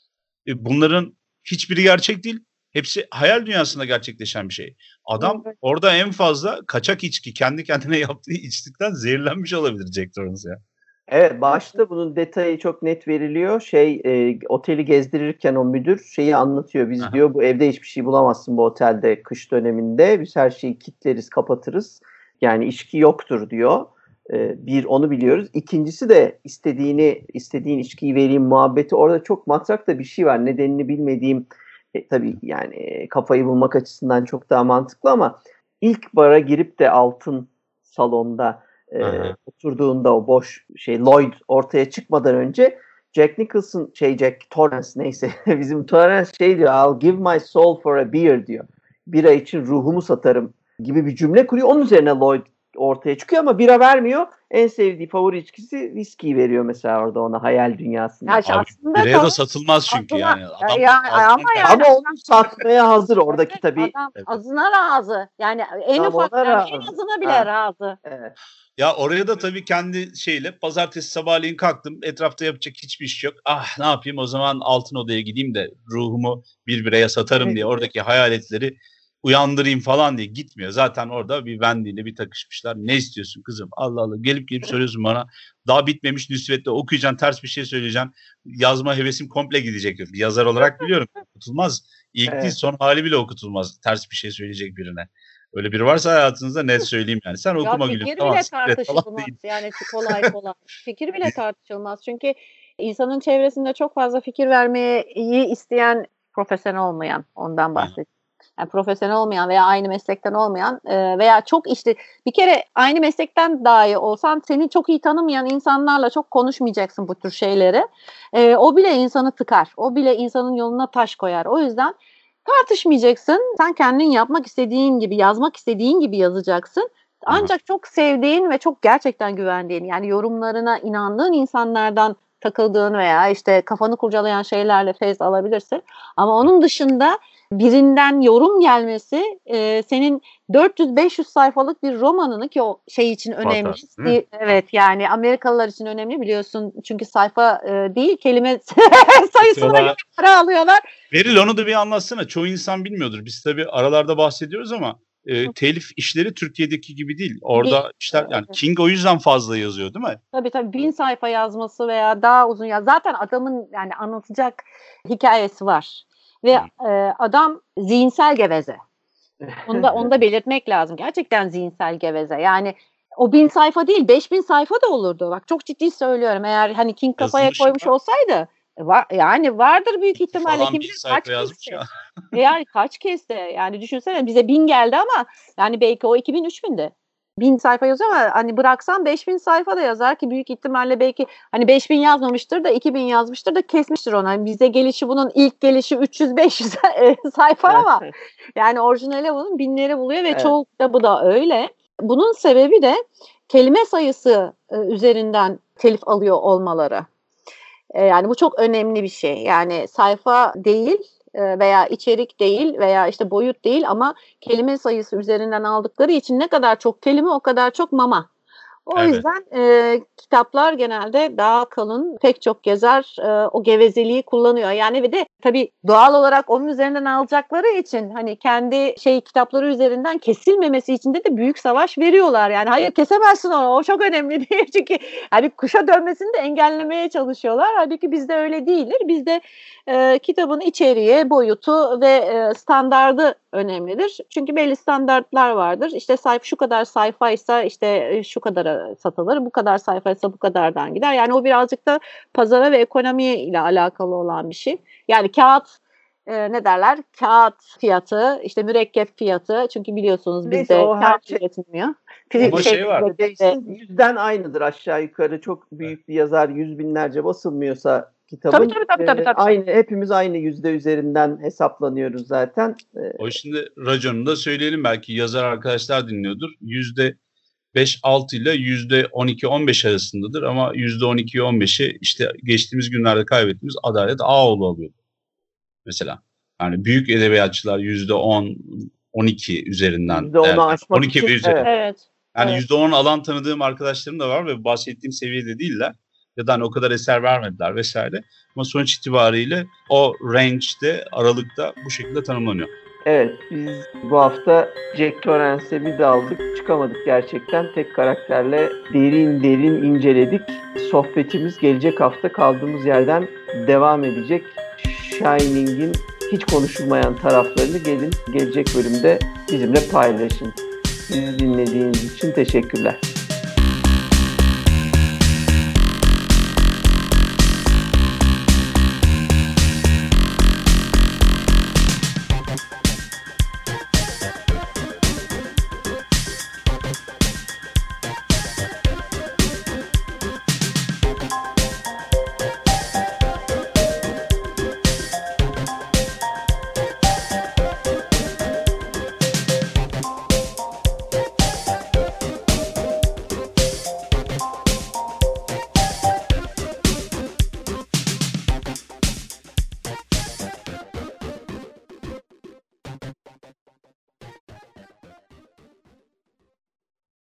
Bunların hiçbiri gerçek değil. Hepsi hayal dünyasında gerçekleşen bir şey. Adam orada en fazla kaçak içki kendi kendine yaptığı içtikten zehirlenmiş olabilir Jack Torrance ya. Evet, başta bunun detayı çok net veriliyor. Oteli gezdirirken o müdür şeyi anlatıyor. Biz diyor bu evde hiçbir şey bulamazsın bu otelde kış döneminde. Biz her şeyi kilitleriz, kapatırız. Yani içki yoktur diyor. Bir onu biliyoruz. İkincisi de istediğin içkiyi vereyim muhabbeti. Orada çok matrak da bir şey var. Nedenini bilmediğim tabii yani kafayı bulmak açısından çok daha mantıklı ama ilk bara girip de altın salonda oturduğunda o boş Lloyd ortaya çıkmadan önce Jack Nicholson Jack Torrance neyse bizim Torrance diyor I'll give my soul for a beer diyor. Bira için ruhumu satarım gibi bir cümle kuruyor. Onun üzerine Lloyd ortaya çıkıyor ama bira vermiyor. En sevdiği favori içkisi viskiyi veriyor mesela orada ona hayal dünyasında. Ya aslında biraya da satılmaz çünkü yani. Adam, ama onu satmaya hazır oradaki tabii. Adam azına razı. Yani en ufak en azına bile razı. Evet. Ya oraya da tabii kendi pazartesi sabahleyin kalktım. Etrafta yapacak hiçbir iş yok. Ne yapayım o zaman altın odaya gideyim de ruhumu bir biraya satarım diye oradaki hayaletleri uyandırayım falan diye gitmiyor. Zaten orada bir Wendy ile bir takışmışlar. Ne istiyorsun kızım? Allah Allah gelip söylüyorsun bana. Daha bitmemiş nüsvetle okuyacaksın, ters bir şey söyleyeceksin. Yazma hevesim komple gidecek diyor. Bir yazar olarak biliyorum. Okutulmaz. İlk değil son hali bile okutulmaz. Ters bir şey söyleyecek birine. Öyle biri varsa hayatınızda net söyleyeyim yani. Sen okuma gülüm. Fikir bile tartışılmaz. Yani kolay. Fikir bile tartışılmaz. Çünkü insanın çevresinde çok fazla fikir vermeyi isteyen profesyonel olmayan ondan bahsediyorum. Yani profesyonel olmayan veya aynı meslekten olmayan veya çok bir kere aynı meslekten dahi olsan seni çok iyi tanımayan insanlarla çok konuşmayacaksın bu tür şeyleri. O bile insanı tıkar. O bile insanın yoluna taş koyar. O yüzden tartışmayacaksın. Sen kendin yapmak istediğin gibi, yazmak istediğin gibi yazacaksın. Ancak çok sevdiğin ve çok gerçekten güvendiğin yani yorumlarına inandığın insanlardan takıldığın veya kafanı kurcalayan şeylerle feyz alabilirsin. Ama onun dışında birinden yorum gelmesi senin 400-500 sayfalık bir romanını ki o için önemli. Evet yani Amerikalılar için önemli biliyorsun. Çünkü sayfa değil kelime sayısına para alıyorlar. Beril onu da bir anlatsana. Çoğu insan bilmiyordur. Biz tabii aralarda bahsediyoruz ama telif işleri Türkiye'deki gibi değil. Orada işler yani King o yüzden fazla yazıyor değil mi? Tabii 1000 sayfa yazması veya daha uzun zaten adamın yani anlatacak hikayesi var. Ve adam zihinsel geveze. Onu da belirtmek lazım. Gerçekten zihinsel geveze. Yani o 1000 sayfa değil 5000 sayfa da olurdu. Bak çok ciddi söylüyorum. Eğer hani King kafaya koymuş olsaydı yani vardır büyük ihtimalle. Kim bilir kaç kez de. Yani kaç kez de. Yani düşünsene bize 1000 geldi ama yani belki o 2000-3000'di. 1000 sayfa yazıyor ama hani bıraksan 5000 sayfa da yazar ki büyük ihtimalle belki hani 5000 yazmamıştır da 2000 yazmıştır da kesmiştir onu. Yani bize gelişi bunun ilk gelişi 300-500 sayfa ama yani orijinali bunun binleri buluyor ve çoğu kitabı da öyle. Bunun sebebi de kelime sayısı üzerinden telif alıyor olmaları. Yani bu çok önemli bir şey. Yani sayfa değil veya içerik değil veya işte boyut değil ama kelime sayısı üzerinden aldıkları için ne kadar çok kelime o kadar çok mama. O yüzden kitaplar genelde daha kalın, pek çok yazar o gevezeliği kullanıyor. Yani ve de tabii doğal olarak onun üzerinden alacakları için hani kendi kitapları üzerinden kesilmemesi için de büyük savaş veriyorlar. Yani hayır kesemezsin onu, o çok önemli diye. Çünkü hani kuşa dönmesini de engellemeye çalışıyorlar. Halbuki bizde öyle değildir. Bizde kitabın içeriği, boyutu ve standardı önemlidir. Çünkü belli standartlar vardır. İşte şu kadar sayfaysa işte şu kadara satılır, bu kadar sayfaysa bu kadardan gider. Yani o birazcık da pazara ve ekonomiyle alakalı olan bir şey. Yani kağıt ne derler? Kağıt fiyatı, işte mürekkep fiyatı. Çünkü biliyorsunuz bizde kağıt üretilmiyor. Ama var. Yüzden aynıdır aşağı yukarı. Çok büyük bir yazar 100 binlerce basılmıyorsa kitabın tabii. aynı, hepimiz aynı yüzde üzerinden hesaplanıyoruz zaten. O şimdi raconunu da söyleyelim, belki yazar arkadaşlar dinliyordur. %5-6 ile %12-15 arasındadır ama %12-15'i işte geçtiğimiz günlerde kaybettiğimiz Adalet Ağaoğlu alıyordu. Mesela. Yani büyük edebiyatçılar %10-12 üzerinden. %10'u aşmak 12 için. ve üzeri. Evet. Yani %10 alan tanıdığım arkadaşlarım da var ve bahsettiğim seviyede değiller. Ya da hani o kadar eser vermediler vesaire. Ama sonuç itibariyle o range'de, aralıkta bu şekilde tanımlanıyor. Evet, biz bu hafta Jack Torrance'e bir daldık, çıkamadık gerçekten. Tek karakterle derin inceledik. Sohbetimiz gelecek hafta kaldığımız yerden devam edecek. Shining'in hiç konuşulmayan taraflarını gelecek bölümde bizimle paylaşın. Bizi dinlediğiniz için teşekkürler.